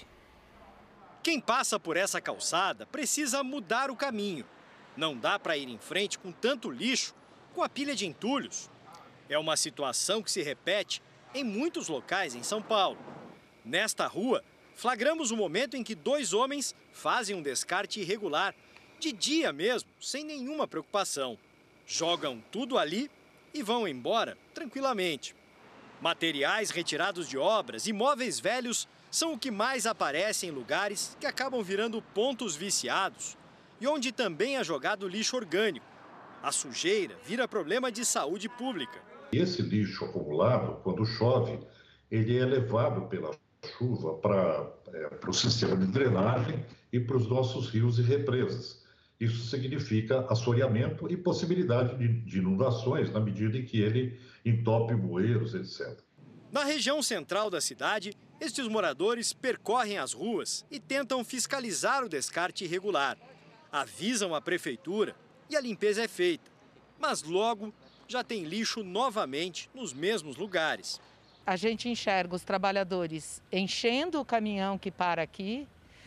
Quem passa por essa calçada precisa mudar o caminho. Não dá para ir em frente com tanto lixo, com a pilha de entulhos. É uma situação que se repete em muitos locais em São Paulo. Nesta rua, flagramos o momento em que 2 homens fazem um descarte irregular, de dia mesmo, sem nenhuma preocupação. Jogam tudo ali e vão embora tranquilamente. Materiais retirados de obras e móveis velhos são o que mais aparece em lugares que acabam virando pontos viciados e onde também é jogado lixo orgânico. A sujeira vira problema de saúde pública. Esse lixo acumulado, quando chove, ele é levado pela chuva para o sistema de drenagem e para os nossos rios e represas. Isso significa assoreamento e possibilidade de inundações na medida em que ele entope bueiros, etc. Na região central da cidade, estes moradores percorrem as ruas e tentam fiscalizar o descarte irregular. Avisam a prefeitura e a limpeza é feita. Mas logo já tem lixo novamente nos mesmos lugares. A gente enxerga os trabalhadores enchendo o caminhão que para aqui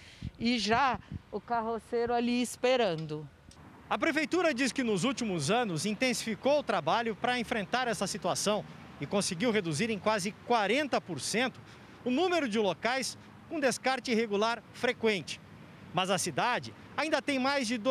e já o carroceiro ali esperando. A prefeitura diz que nos últimos anos intensificou o trabalho para enfrentar essa situação e conseguiu reduzir em quase 40% o número de locais com descarte irregular frequente. Mas a cidade ainda tem mais de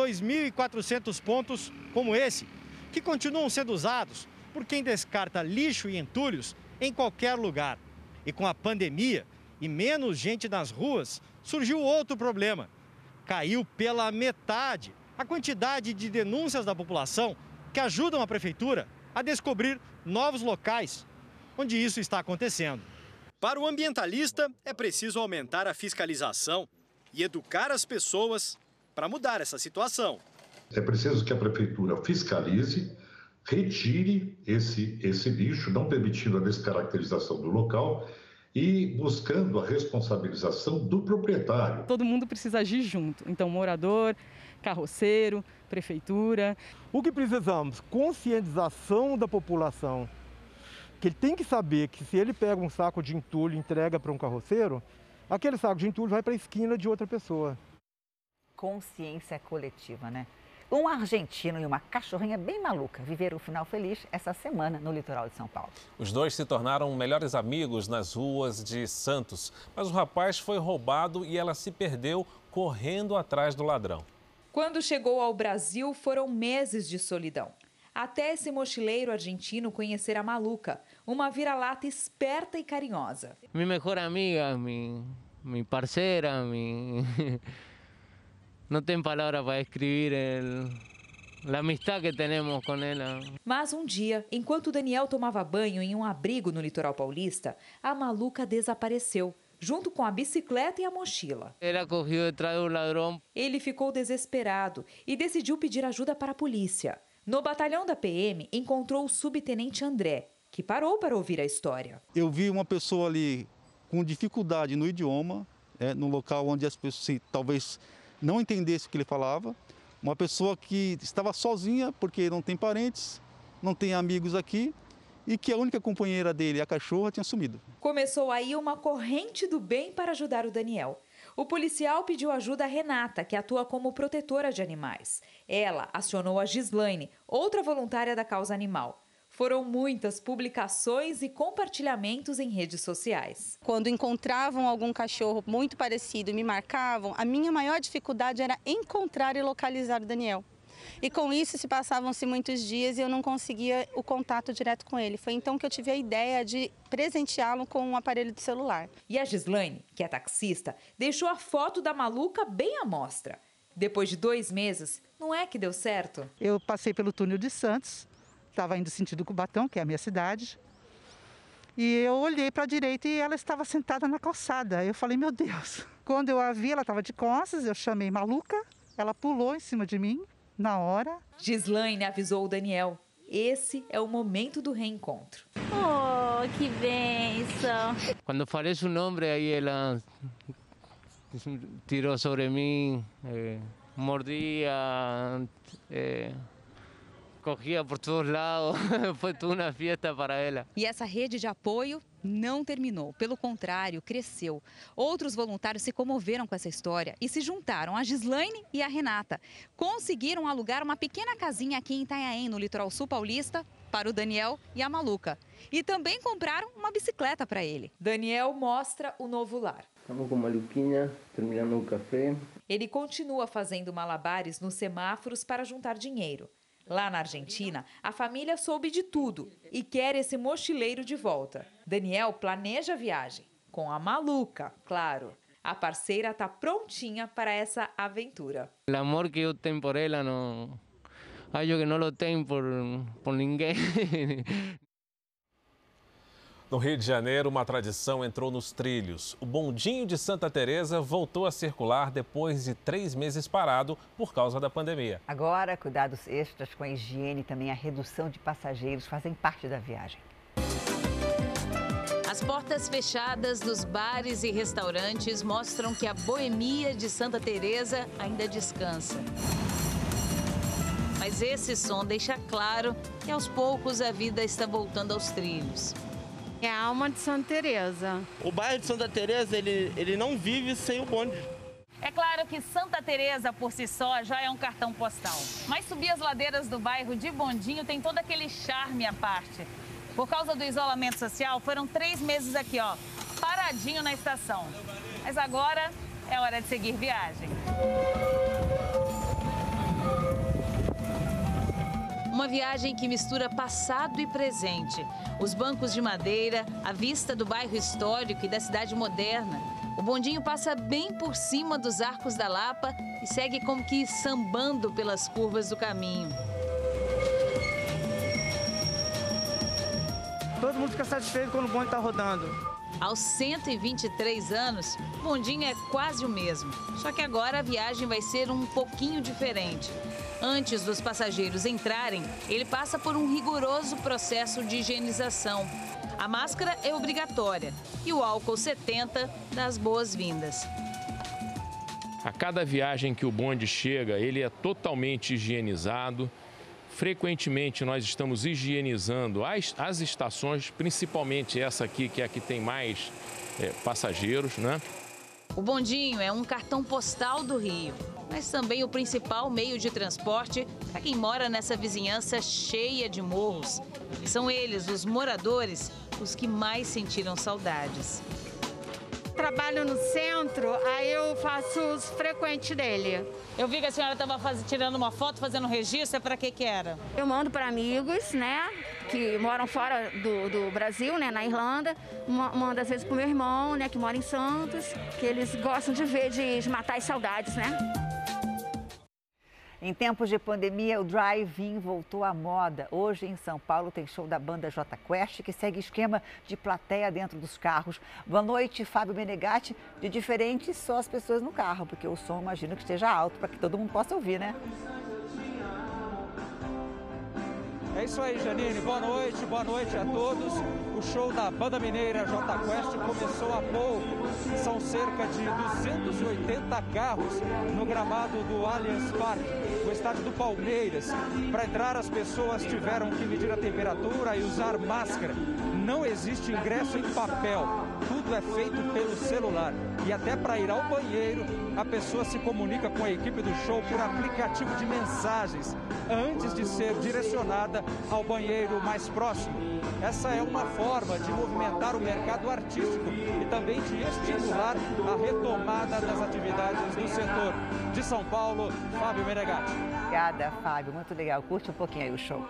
2.400 pontos como esse, que continuam sendo usados por quem descarta lixo e entulhos em qualquer lugar. E com a pandemia e menos gente nas ruas, surgiu outro problema. Caiu pela metade a quantidade de denúncias da população que ajudam a prefeitura a descobrir novos locais onde isso está acontecendo. Para o ambientalista, é preciso aumentar a fiscalização e educar as pessoas para mudar essa situação. É preciso que a prefeitura fiscalize, retire esse lixo, não permitindo a descaracterização do local e buscando a responsabilização do proprietário. Todo mundo precisa agir junto, então morador, carroceiro, prefeitura. O que precisamos? Conscientização da população, que ele tem que saber que se ele pega um saco de entulho e entrega para um carroceiro, aquele saco de entulho vai para a esquina de outra pessoa. Consciência coletiva, né? Um argentino e uma cachorrinha bem maluca viveram um final feliz essa semana no litoral de São Paulo. Os dois se tornaram melhores amigos nas ruas de Santos, mas o rapaz foi roubado e ela se perdeu correndo atrás do ladrão. Quando chegou ao Brasil, foram meses de solidão. Até esse mochileiro argentino conhecer a Maluca, uma vira-lata esperta e carinhosa. Minha melhor amiga, minha parceira, não tem palavra para descrever a amistad que temos com ela. Mas um dia, enquanto Daniel tomava banho em um abrigo no litoral paulista, a Maluca desapareceu, junto com a bicicleta e a mochila. Ela correu atrás do ladrão. Ele ficou desesperado e decidiu pedir ajuda para a polícia. No batalhão da PM, encontrou o subtenente André, que parou para ouvir a história. Eu vi uma pessoa ali com dificuldade no idioma, no local onde as pessoas talvez não entendesse o que ele falava, uma pessoa que estava sozinha porque não tem parentes, não tem amigos aqui e que a única companheira dele, a cachorra, tinha sumido. Começou aí uma corrente do bem para ajudar o Daniel. O policial pediu ajuda a Renata, que atua como protetora de animais. Ela acionou a Gislaine, outra voluntária da causa animal. Foram muitas publicações e compartilhamentos em redes sociais. Quando encontravam algum cachorro muito parecido e me marcavam, a minha maior dificuldade era encontrar e localizar o Daniel. E com isso se passavam-se muitos dias e eu não conseguia o contato direto com ele. Foi então que eu tive a ideia de presenteá-lo com um aparelho de celular. E a Gislaine, que é taxista, deixou a foto da Maluca bem à mostra. Depois de 2 meses, não é que deu certo? Eu passei pelo túnel de Santos, estava indo sentido Cubatão, que é a minha cidade, e eu olhei para a direita e ela estava sentada na calçada. Eu falei, meu Deus. Quando eu a vi, ela estava de costas, eu chamei Maluca, ela pulou em cima de mim na hora. Gislaine avisou o Daniel. Esse é o momento do reencontro. Oh, que bênção! Quando falei seu nome, aí ela tirou sobre mim, mordia, corria por todos lados, foi toda uma festa para ela. E essa rede de apoio não terminou, pelo contrário, cresceu. Outros voluntários se comoveram com essa história e se juntaram a Gislaine e a Renata. Conseguiram alugar uma pequena casinha aqui em Itanhaém, no litoral sul paulista, para o Daniel e a Maluca. E também compraram uma bicicleta para ele. Daniel mostra o novo lar. Estamos com Maluquinha, terminando o café. Ele continua fazendo malabares nos semáforos para juntar dinheiro. Lá na Argentina, a família soube de tudo e quer esse mochileiro de volta. Daniel planeja a viagem, com a Maluca, claro. A parceira está prontinha para essa aventura. O amor que eu tenho por ela, não... acho que não o tenho por ninguém. No Rio de Janeiro, uma tradição entrou nos trilhos. O bondinho de Santa Teresa voltou a circular depois de 3 meses parado por causa da pandemia. Agora, cuidados extras com a higiene e também a redução de passageiros fazem parte da viagem. As portas fechadas dos bares e restaurantes mostram que a boemia de Santa Teresa ainda descansa. Mas esse som deixa claro que aos poucos a vida está voltando aos trilhos. É a alma de Santa Teresa. O bairro de Santa Teresa, ele não vive sem o bonde. É claro que Santa Teresa por si só já é um cartão postal. Mas subir as ladeiras do bairro de bondinho tem todo aquele charme à parte. Por causa do isolamento social, foram 3 meses aqui, ó, paradinho na estação. Mas agora é hora de seguir viagem. Uma viagem que mistura passado e presente. Os bancos de madeira, a vista do bairro histórico e da cidade moderna. O bondinho passa bem por cima dos Arcos da Lapa e segue como que sambando pelas curvas do caminho. Todo mundo fica satisfeito quando o bonde está rodando. Aos 123 anos, o bondinho é quase o mesmo. Só que agora a viagem vai ser um pouquinho diferente. Antes dos passageiros entrarem, ele passa por um rigoroso processo de higienização. A máscara é obrigatória e o álcool 70 dá as boas-vindas. A cada viagem que o bonde chega, ele é totalmente higienizado. Frequentemente nós estamos higienizando as estações, principalmente essa aqui, que é a que tem mais passageiros, né? O bondinho é um cartão postal do Rio, mas também o principal meio de transporte para quem mora nessa vizinhança cheia de morros. E são eles, os moradores, os que mais sentiram saudades. Trabalho no centro, aí eu faço os frequentes dele. Eu vi que a senhora estava tirando uma foto, fazendo registro, para que era? Eu mando para amigos, né, que moram fora do Brasil, né, na Irlanda. Mando às vezes para o meu irmão, né, que mora em Santos, que eles gostam de ver, de matar as saudades, né. Em tempos de pandemia, o drive-in voltou à moda. Hoje, em São Paulo, tem show da banda Jota Quest, que segue esquema de plateia dentro dos carros. Boa noite, Fábio Menegatti. De diferente, só as pessoas no carro, porque o som, imagino que esteja alto, para que todo mundo possa ouvir, né? É isso aí, Janine. Boa noite a todos. O show da banda mineira Jota Quest começou há pouco. São cerca de 280 carros no gramado do Allianz Parque, o estádio do Palmeiras. Para entrar, as pessoas tiveram que medir a temperatura e usar máscara. Não existe ingresso em papel. tudo é feito pelo celular. E até para ir ao banheiro, a pessoa se comunica com a equipe do show por aplicativo de mensagens, antes de ser direcionada ao banheiro mais próximo. Essa é uma forma de movimentar o mercado artístico e também de estimular a retomada das atividades do setor. De São Paulo, Fábio Menegatti. Obrigada, Fábio. Muito legal. Curte um pouquinho aí o show.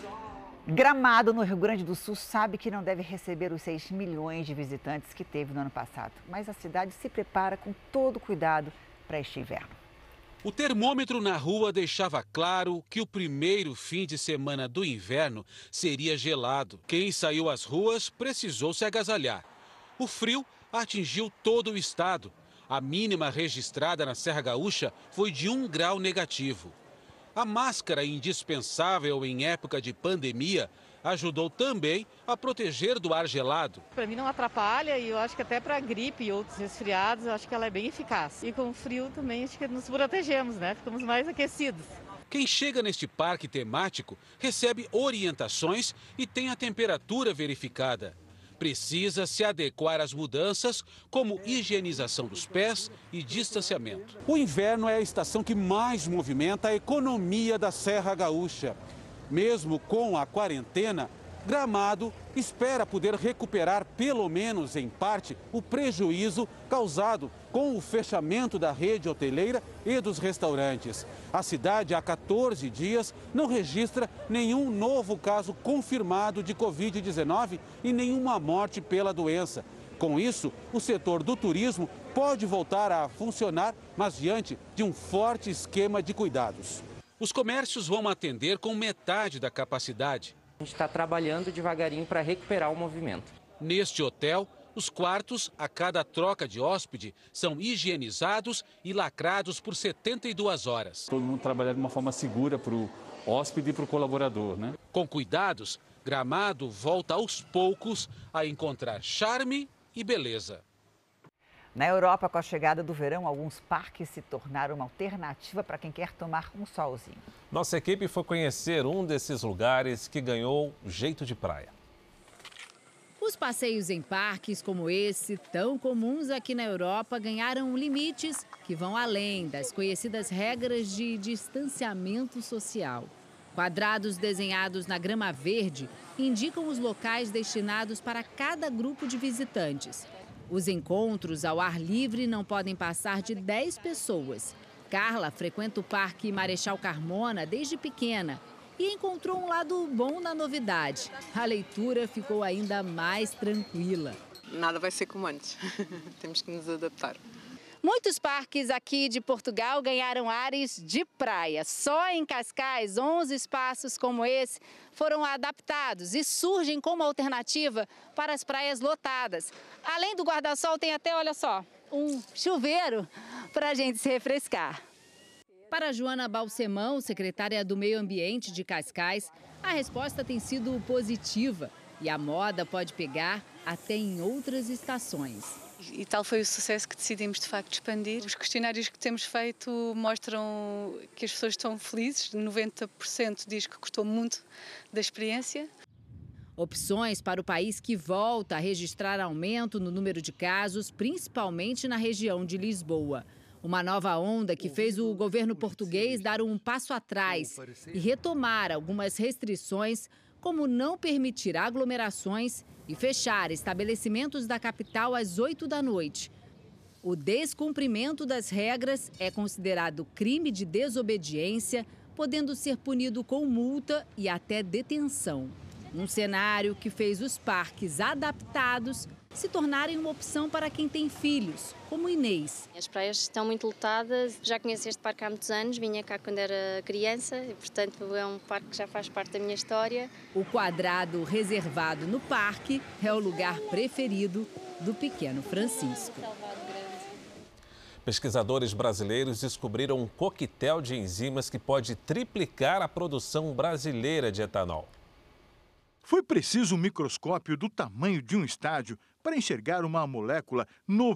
Gramado, no Rio Grande do Sul, sabe que não deve receber os 6 milhões de visitantes que teve no ano passado. Mas a cidade se prepara com todo cuidado para este inverno. O termômetro na rua deixava claro que o primeiro fim de semana do inverno seria gelado. Quem saiu às ruas precisou se agasalhar. O frio atingiu todo o estado. A mínima registrada na Serra Gaúcha foi de 1 grau negativo. A máscara, indispensável em época de pandemia, ajudou também a proteger do ar gelado. Para mim não atrapalha e eu acho que até para gripe e outros resfriados, eu acho que ela é bem eficaz. E com o frio também acho que nos protegemos, né? Ficamos mais aquecidos. Quem chega neste parque temático recebe orientações e tem a temperatura verificada. Precisa se adequar às mudanças, como higienização dos pés e distanciamento. O inverno é a estação que mais movimenta a economia da Serra Gaúcha. Mesmo com a quarentena, Gramado espera poder recuperar, pelo menos em parte, o prejuízo causado com o fechamento da rede hoteleira e dos restaurantes. A cidade, há 14 dias, não registra nenhum novo caso confirmado de Covid-19 e nenhuma morte pela doença. Com isso, o setor do turismo pode voltar a funcionar, mas diante de um forte esquema de cuidados. Os comércios vão atender com metade da capacidade. A gente está trabalhando devagarinho para recuperar o movimento. Neste hotel, os quartos, a cada troca de hóspede, são higienizados e lacrados por 72 horas. Todo mundo trabalha de uma forma segura para o hóspede e para o colaborador, né? Com cuidados, Gramado volta aos poucos a encontrar charme e beleza. Na Europa, com a chegada do verão, alguns parques se tornaram uma alternativa para quem quer tomar um solzinho. Nossa equipe foi conhecer um desses lugares que ganhou jeito de praia. Os passeios em parques como esse, tão comuns aqui na Europa, ganharam limites que vão além das conhecidas regras de distanciamento social. Quadrados desenhados na grama verde indicam os locais destinados para cada grupo de visitantes. Os encontros ao ar livre não podem passar de 10 pessoas. Carla frequenta o Parque Marechal Carmona desde pequena e encontrou um lado bom na novidade. A leitura ficou ainda mais tranquila. Nada vai ser como antes. Temos que nos adaptar. Muitos parques aqui de Portugal ganharam ares de praia. Só em Cascais, 11 espaços como esse foram adaptados e surgem como alternativa para as praias lotadas. Além do guarda-sol, tem até, olha só, um chuveiro para a gente se refrescar. Para Joana Balsemão, secretária do Meio Ambiente de Cascais, a resposta tem sido positiva e a moda pode pegar até em outras estações. E tal foi o sucesso que decidimos, de facto, expandir. Os questionários que temos feito mostram que as pessoas estão felizes. 90% diz que gostou muito da experiência. Opções para o país que volta a registrar aumento no número de casos, principalmente na região de Lisboa. Uma nova onda que fez o governo português dar um passo atrás e retomar algumas restrições, como não permitir aglomerações e fechar estabelecimentos da capital às 8 da noite. O descumprimento das regras é considerado crime de desobediência, podendo ser punido com multa e até detenção. Um cenário que fez os parques adaptados se tornarem uma opção para quem tem filhos, como Inês. As praias estão muito lotadas, já conheço este parque há muitos anos, vinha cá quando era criança e, portanto, é um parque que já faz parte da minha história. O quadrado reservado no parque é o lugar preferido do pequeno Francisco. Pesquisadores brasileiros descobriram um coquetel de enzimas que pode triplicar a produção brasileira de etanol. Foi preciso um microscópio do tamanho de um estádio para enxergar uma molécula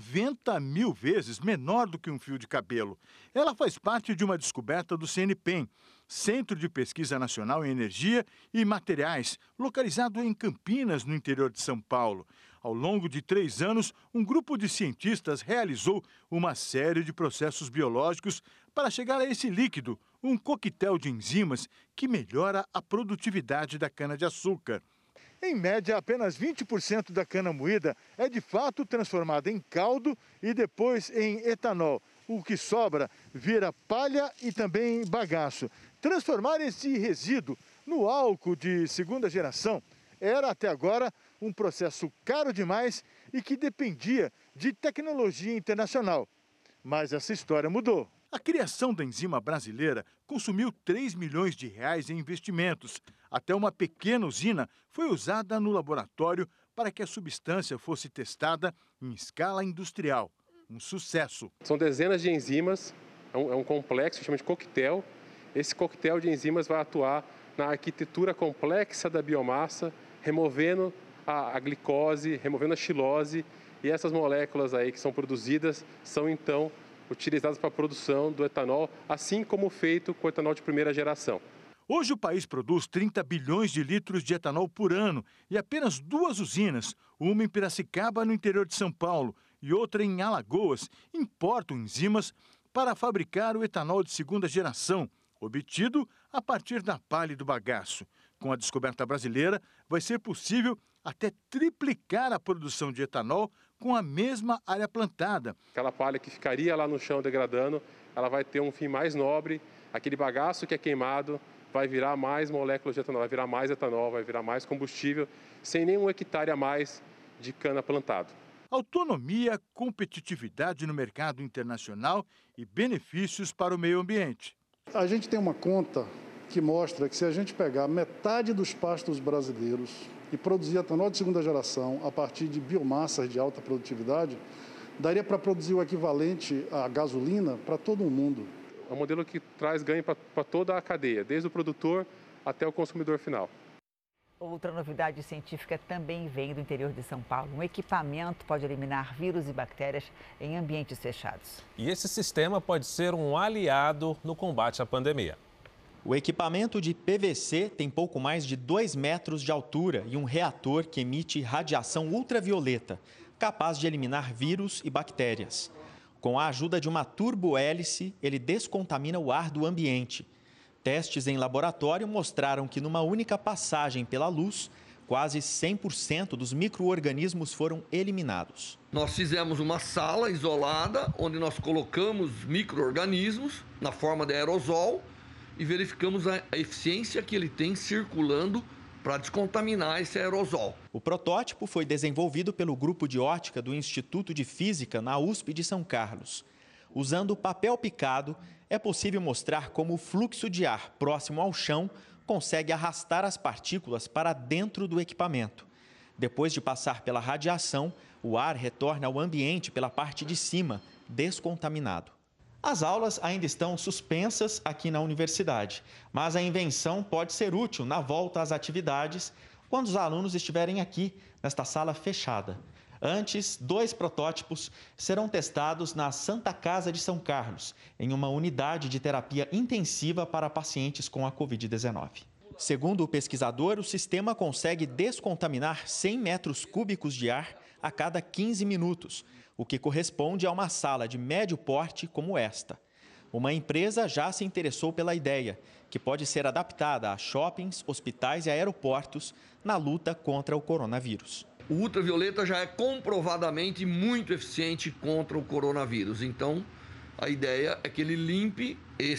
90 mil vezes menor do que um fio de cabelo. Ela faz parte de uma descoberta do CNPEM, Centro de Pesquisa Nacional em Energia e Materiais, localizado em Campinas, no interior de São Paulo. Ao longo de 3 anos, um grupo de cientistas realizou uma série de processos biológicos para chegar a esse líquido, um coquetel de enzimas que melhora a produtividade da cana-de-açúcar. Em média, apenas 20% da cana moída é de fato transformada em caldo e depois em etanol. O que sobra vira palha e também bagaço. Transformar esse resíduo no álcool de segunda geração era até agora um processo caro demais e que dependia de tecnologia internacional. Mas essa história mudou. A criação da enzima brasileira consumiu 3 milhões de reais em investimentos. Até uma pequena usina foi usada no laboratório para que a substância fosse testada em escala industrial. Um sucesso. São dezenas de enzimas, é um complexo, chama de coquetel. Esse coquetel de enzimas vai atuar na arquitetura complexa da biomassa, removendo a glicose, removendo a xilose, e essas moléculas aí que são produzidas são então utilizadas para a produção do etanol, assim como feito com o etanol de primeira geração. Hoje o país produz 30 bilhões de litros de etanol por ano e apenas 2 usinas, uma em Piracicaba, no interior de São Paulo, e outra em Alagoas, importam enzimas para fabricar o etanol de segunda geração, obtido a partir da palha e do bagaço. Com a descoberta brasileira, vai ser possível até triplicar a produção de etanol com a mesma área plantada. Aquela palha que ficaria lá no chão degradando, ela vai ter um fim mais nobre, aquele bagaço que é queimado vai virar mais moléculas de etanol, vai virar mais etanol, vai virar mais combustível, sem nenhum hectare a mais de cana plantado. Autonomia, competitividade no mercado internacional e benefícios para o meio ambiente. A gente tem uma conta que mostra que se a gente pegar metade dos pastos brasileiros e produzir etanol de segunda geração a partir de biomassas de alta produtividade, daria para produzir o equivalente à gasolina para todo o mundo. É um modelo que traz ganho para toda a cadeia, desde o produtor até o consumidor final. Outra novidade científica também vem do interior de São Paulo. Um equipamento pode eliminar vírus e bactérias em ambientes fechados. E esse sistema pode ser um aliado no combate à pandemia. O equipamento de PVC tem pouco mais de 2 metros de altura e um reator que emite radiação ultravioleta, capaz de eliminar vírus e bactérias. Com a ajuda de uma turbohélice, ele descontamina o ar do ambiente. Testes em laboratório mostraram que numa única passagem pela luz, quase 100% dos micro-organismos foram eliminados. Nós fizemos uma sala isolada, onde nós colocamos micro-organismos na forma de aerosol e verificamos a eficiência que ele tem circulando para descontaminar esse aerosol. O protótipo foi desenvolvido pelo grupo de ótica do Instituto de Física na USP de São Carlos. Usando papel picado, é possível mostrar como o fluxo de ar próximo ao chão consegue arrastar as partículas para dentro do equipamento. Depois de passar pela radiação, o ar retorna ao ambiente pela parte de cima, descontaminado. As aulas ainda estão suspensas aqui na universidade, mas a invenção pode ser útil na volta às atividades quando os alunos estiverem aqui, nesta sala fechada. Antes, 2 protótipos serão testados na Santa Casa de São Carlos, em uma unidade de terapia intensiva para pacientes com a Covid-19. Segundo o pesquisador, o sistema consegue descontaminar 100 metros cúbicos de ar a cada 15 minutos, o que corresponde a uma sala de médio porte como esta. Uma empresa já se interessou pela ideia, que pode ser adaptada a shoppings, hospitais e aeroportos na luta contra o coronavírus. O ultravioleta já é comprovadamente muito eficiente contra o coronavírus. Então, a ideia é que ele limpe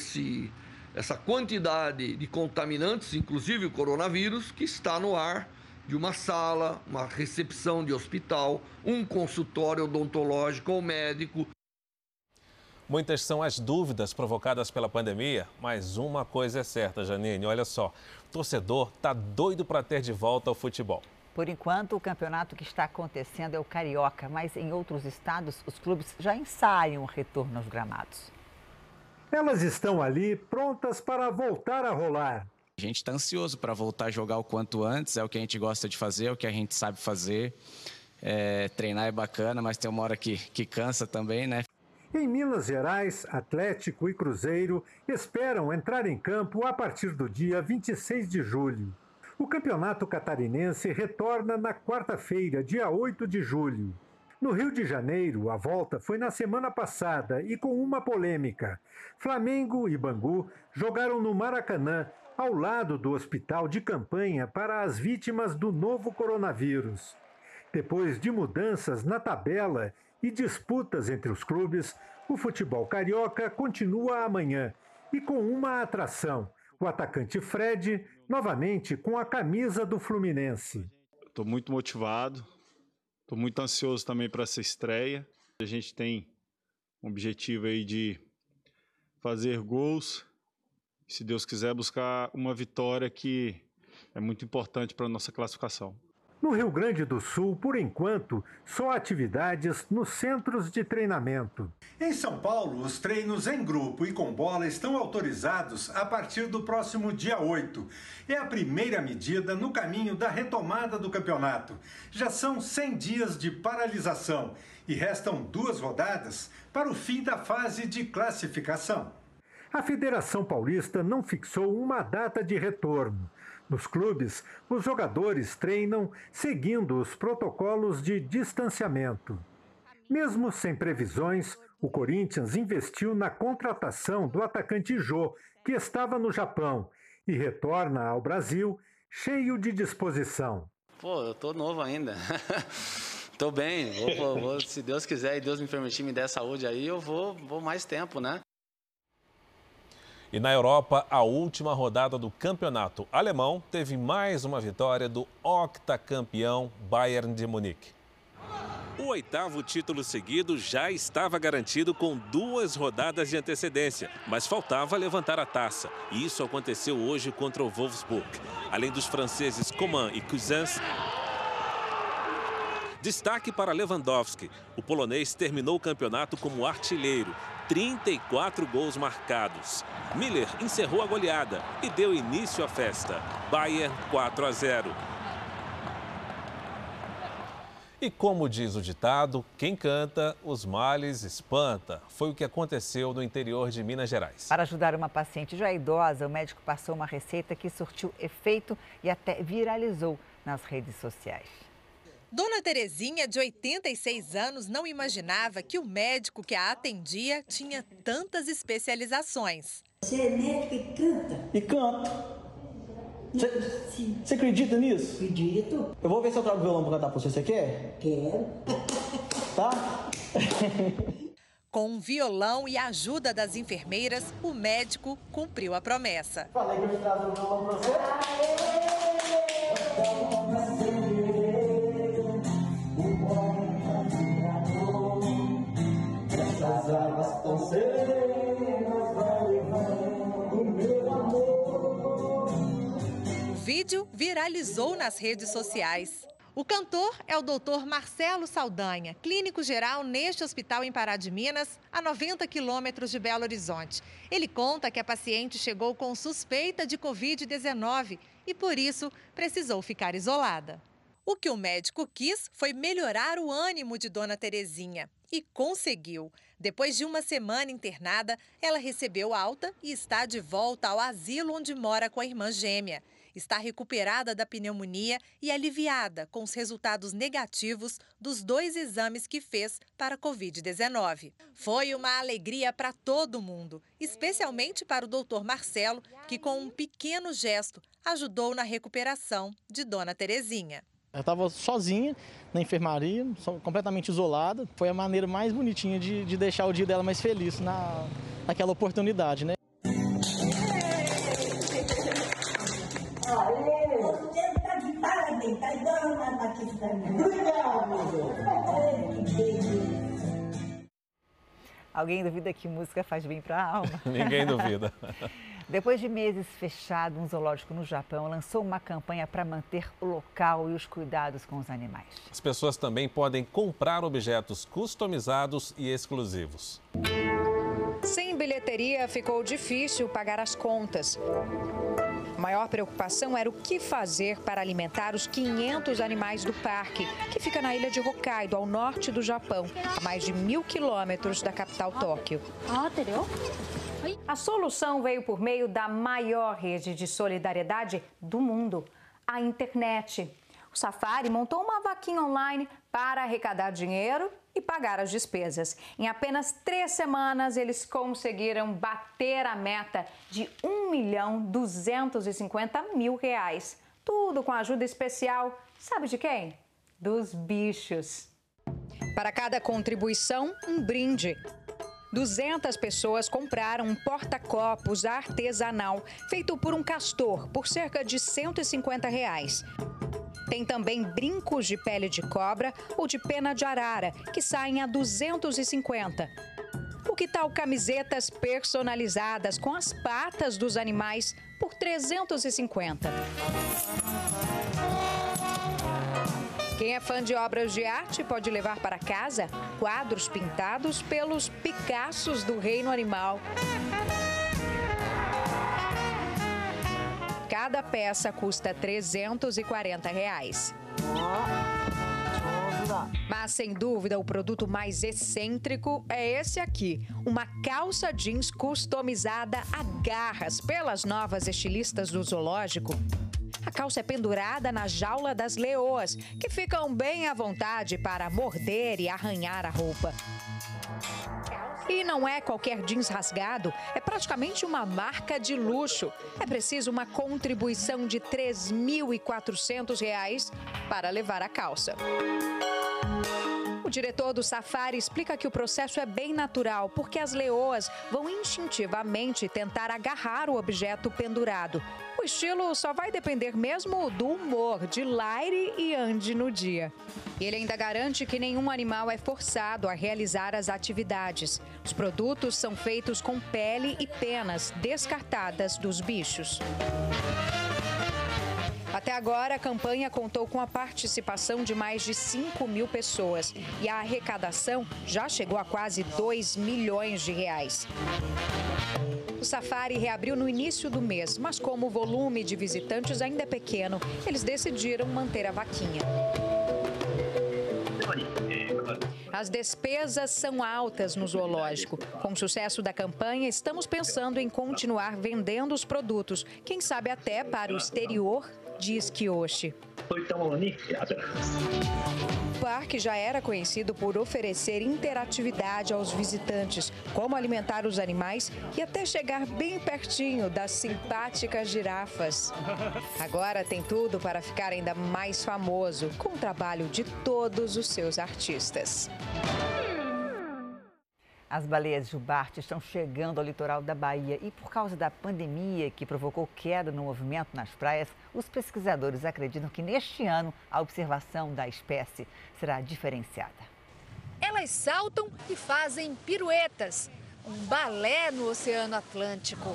essa quantidade de contaminantes, inclusive o coronavírus, que está no ar de uma sala, uma recepção de hospital, um consultório odontológico ou médico. Muitas são as dúvidas provocadas pela pandemia, mas uma coisa é certa, Janine, olha só, o torcedor está doido para ter de volta o futebol. Por enquanto, o campeonato que está acontecendo é o Carioca, mas em outros estados, os clubes já ensaiam o retorno aos gramados. Elas estão ali prontas para voltar a rolar. A gente está ansioso para voltar a jogar o quanto antes, é o que a gente gosta de fazer, é o que a gente sabe fazer. Treinar é bacana, mas tem uma hora que cansa também, né? Em Minas Gerais, Atlético e Cruzeiro esperam entrar em campo a partir do dia 26 de julho. O Campeonato Catarinense retorna na quarta-feira, dia 8 de julho. No Rio de Janeiro, a volta foi na semana passada e com uma polêmica. Flamengo e Bangu jogaram no Maracanã, ao lado do hospital de campanha para as vítimas do novo coronavírus. Depois de mudanças na tabela e disputas entre os clubes, o futebol carioca continua amanhã e com uma atração: o atacante Fred, novamente com a camisa do Fluminense. Estou muito motivado, estou muito ansioso também para essa estreia. A gente tem um objetivo aí de fazer gols, se Deus quiser, buscar uma vitória que é muito importante para a nossa classificação. No Rio Grande do Sul, por enquanto, só atividades nos centros de treinamento. Em São Paulo, os treinos em grupo e com bola estão autorizados a partir do próximo dia 8. É a primeira medida no caminho da retomada do campeonato. Já são 100 dias de paralisação e restam 2 rodadas para o fim da fase de classificação. A Federação Paulista não fixou uma data de retorno. Nos clubes, os jogadores treinam seguindo os protocolos de distanciamento. Mesmo sem previsões, o Corinthians investiu na contratação do atacante Jô, que estava no Japão, e retorna ao Brasil cheio de disposição. Pô, eu tô novo ainda. Tô bem, vou, se Deus quiser e Deus me permitir me der saúde aí, eu vou mais tempo, né? E na Europa, a última rodada do campeonato alemão teve mais uma vitória do octacampeão Bayern de Munique. O 8º título seguido já estava garantido com 2 rodadas de antecedência, mas faltava levantar a taça. E isso aconteceu hoje contra o Wolfsburg. Além dos franceses Coman e Cousins, destaque para Lewandowski. O polonês terminou o campeonato como artilheiro. 34 gols marcados. Miller encerrou a goleada e deu início à festa. Bayern 4-0. E como diz o ditado, quem canta, os males espanta. Foi o que aconteceu no interior de Minas Gerais. Para ajudar uma paciente já idosa, o médico passou uma receita que surtiu efeito e até viralizou nas redes sociais. Dona Terezinha, de 86 anos, não imaginava que o médico que a atendia tinha tantas especializações. Você é médico e canta? E canto. Você acredita nisso? Acredito. Eu vou ver se eu trago violão pra cantar pra você. Você quer? Quero. Tá? Com um violão e a ajuda das enfermeiras, o médico cumpriu a promessa. Falei que eu te trago o violão pra você. Essas águas tão serenas vai levando o meu amor. O vídeo viralizou nas redes sociais. O cantor é o Dr. Marcelo Saldanha, clínico geral neste hospital em Pará de Minas, a 90 quilômetros de Belo Horizonte. Ele conta que a paciente chegou com suspeita de Covid-19 e, por isso, precisou ficar isolada. O que o médico quis foi melhorar o ânimo de Dona Terezinha. E conseguiu. Depois de uma semana internada, ela recebeu alta e está de volta ao asilo onde mora com a irmã gêmea. Está recuperada da pneumonia e aliviada com os resultados negativos dos 2 exames que fez para a Covid-19. Foi uma alegria para todo mundo, especialmente para o doutor Marcelo, que com um pequeno gesto ajudou na recuperação de Dona Terezinha. Eu estava sozinha na enfermaria, completamente isolada. Foi a maneira mais bonitinha de deixar o dia dela mais feliz naquela oportunidade, né? Alguém duvida que música faz bem para a alma? Ninguém duvida. Depois de meses fechado, um zoológico no Japão lançou uma campanha para manter o local e os cuidados com os animais. As pessoas também podem comprar objetos customizados e exclusivos. Sem bilheteria, ficou difícil pagar as contas. A maior preocupação era o que fazer para alimentar os 500 animais do parque, que fica na ilha de Hokkaido, ao norte do Japão, a mais de 1.000 quilômetros da capital Tóquio. A solução veio por meio da maior rede de solidariedade do mundo, a internet. O Safari montou uma vaquinha online para arrecadar dinheiro e pagar as despesas. Em apenas 3 semanas, eles conseguiram bater a meta de R$1.250.000. Tudo com ajuda especial, sabe de quem? Dos bichos. Para cada contribuição, um brinde. 200 pessoas compraram um porta-copos artesanal feito por um castor por cerca de R$150. Tem também brincos de pele de cobra ou de pena de arara, que saem a R$250. O que tal camisetas personalizadas com as patas dos animais por R$350? Quem é fã de obras de arte pode levar para casa quadros pintados pelos Picassos do reino animal. Cada peça custa R$340. Mas, sem dúvida, o produto mais excêntrico é esse aqui. Uma calça jeans customizada a garras pelas novas estilistas do zoológico. A calça é pendurada na jaula das leoas, que ficam bem à vontade para morder e arranhar a roupa. E não é qualquer jeans rasgado, é praticamente uma marca de luxo. É preciso uma contribuição de R$3.400 para levar a calça. O diretor do Safari explica que o processo é bem natural, porque as leoas vão instintivamente tentar agarrar o objeto pendurado. O estilo só vai depender mesmo do humor de Laire e Andy no dia. Ele ainda garante que nenhum animal é forçado a realizar as atividades. Os produtos são feitos com pele e penas descartadas dos bichos. Até agora, a campanha contou com a participação de mais de 5.000 pessoas e a arrecadação já chegou a quase R$2 milhões. O Safari reabriu no início do mês, mas como o volume de visitantes ainda é pequeno, eles decidiram manter a vaquinha. As despesas são altas no zoológico. Com o sucesso da campanha, estamos pensando em continuar vendendo os produtos, quem sabe até para o exterior, diz Kiyoshi. O parque já era conhecido por oferecer interatividade aos visitantes, como alimentar os animais e até chegar bem pertinho das simpáticas girafas. Agora tem tudo para ficar ainda mais famoso, com o trabalho de todos os seus artistas. As baleias jubarte estão chegando ao litoral da Bahia e, por causa da pandemia que provocou queda no movimento nas praias, os pesquisadores acreditam que neste ano a observação da espécie será diferenciada. Elas saltam e fazem piruetas, um balé no Oceano Atlântico.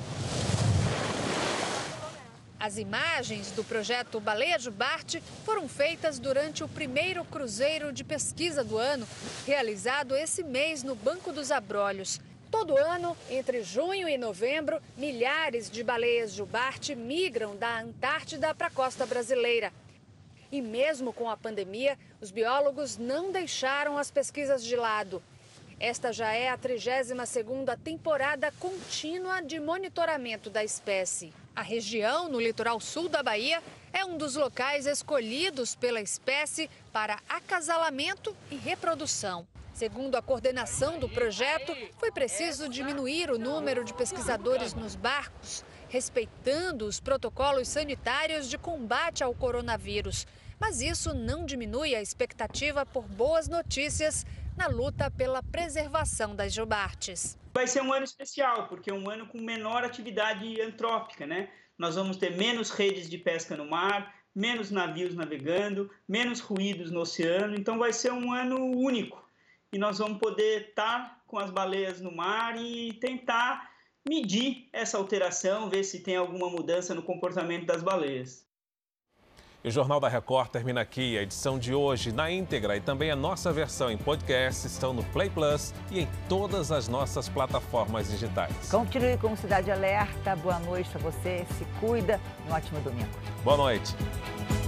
As imagens do projeto Baleia Jubarte foram feitas durante o primeiro cruzeiro de pesquisa do ano, realizado esse mês no Banco dos Abrolhos. Todo ano, entre junho e novembro, milhares de baleias jubarte migram da Antártida para a costa brasileira. E mesmo com a pandemia, os biólogos não deixaram as pesquisas de lado. Esta já é a 32ª temporada contínua de monitoramento da espécie. A região, no litoral sul da Bahia, é um dos locais escolhidos pela espécie para acasalamento e reprodução. Segundo a coordenação do projeto, foi preciso diminuir o número de pesquisadores nos barcos, respeitando os protocolos sanitários de combate ao coronavírus. Mas isso não diminui a expectativa por boas notícias na luta pela preservação das jubartes. Vai ser um ano especial, porque é um ano com menor atividade antrópica, né? Nós vamos ter menos redes de pesca no mar, menos navios navegando, menos ruídos no oceano, então vai ser um ano único. E nós vamos poder estar com as baleias no mar e tentar medir essa alteração, ver se tem alguma mudança no comportamento das baleias. E o Jornal da Record termina aqui. A edição de hoje na íntegra e também a nossa versão em podcast estão no Play Plus e em todas as nossas plataformas digitais. Continue com Cidade Alerta. Boa noite para você. Se cuida. Um ótimo domingo. Boa noite.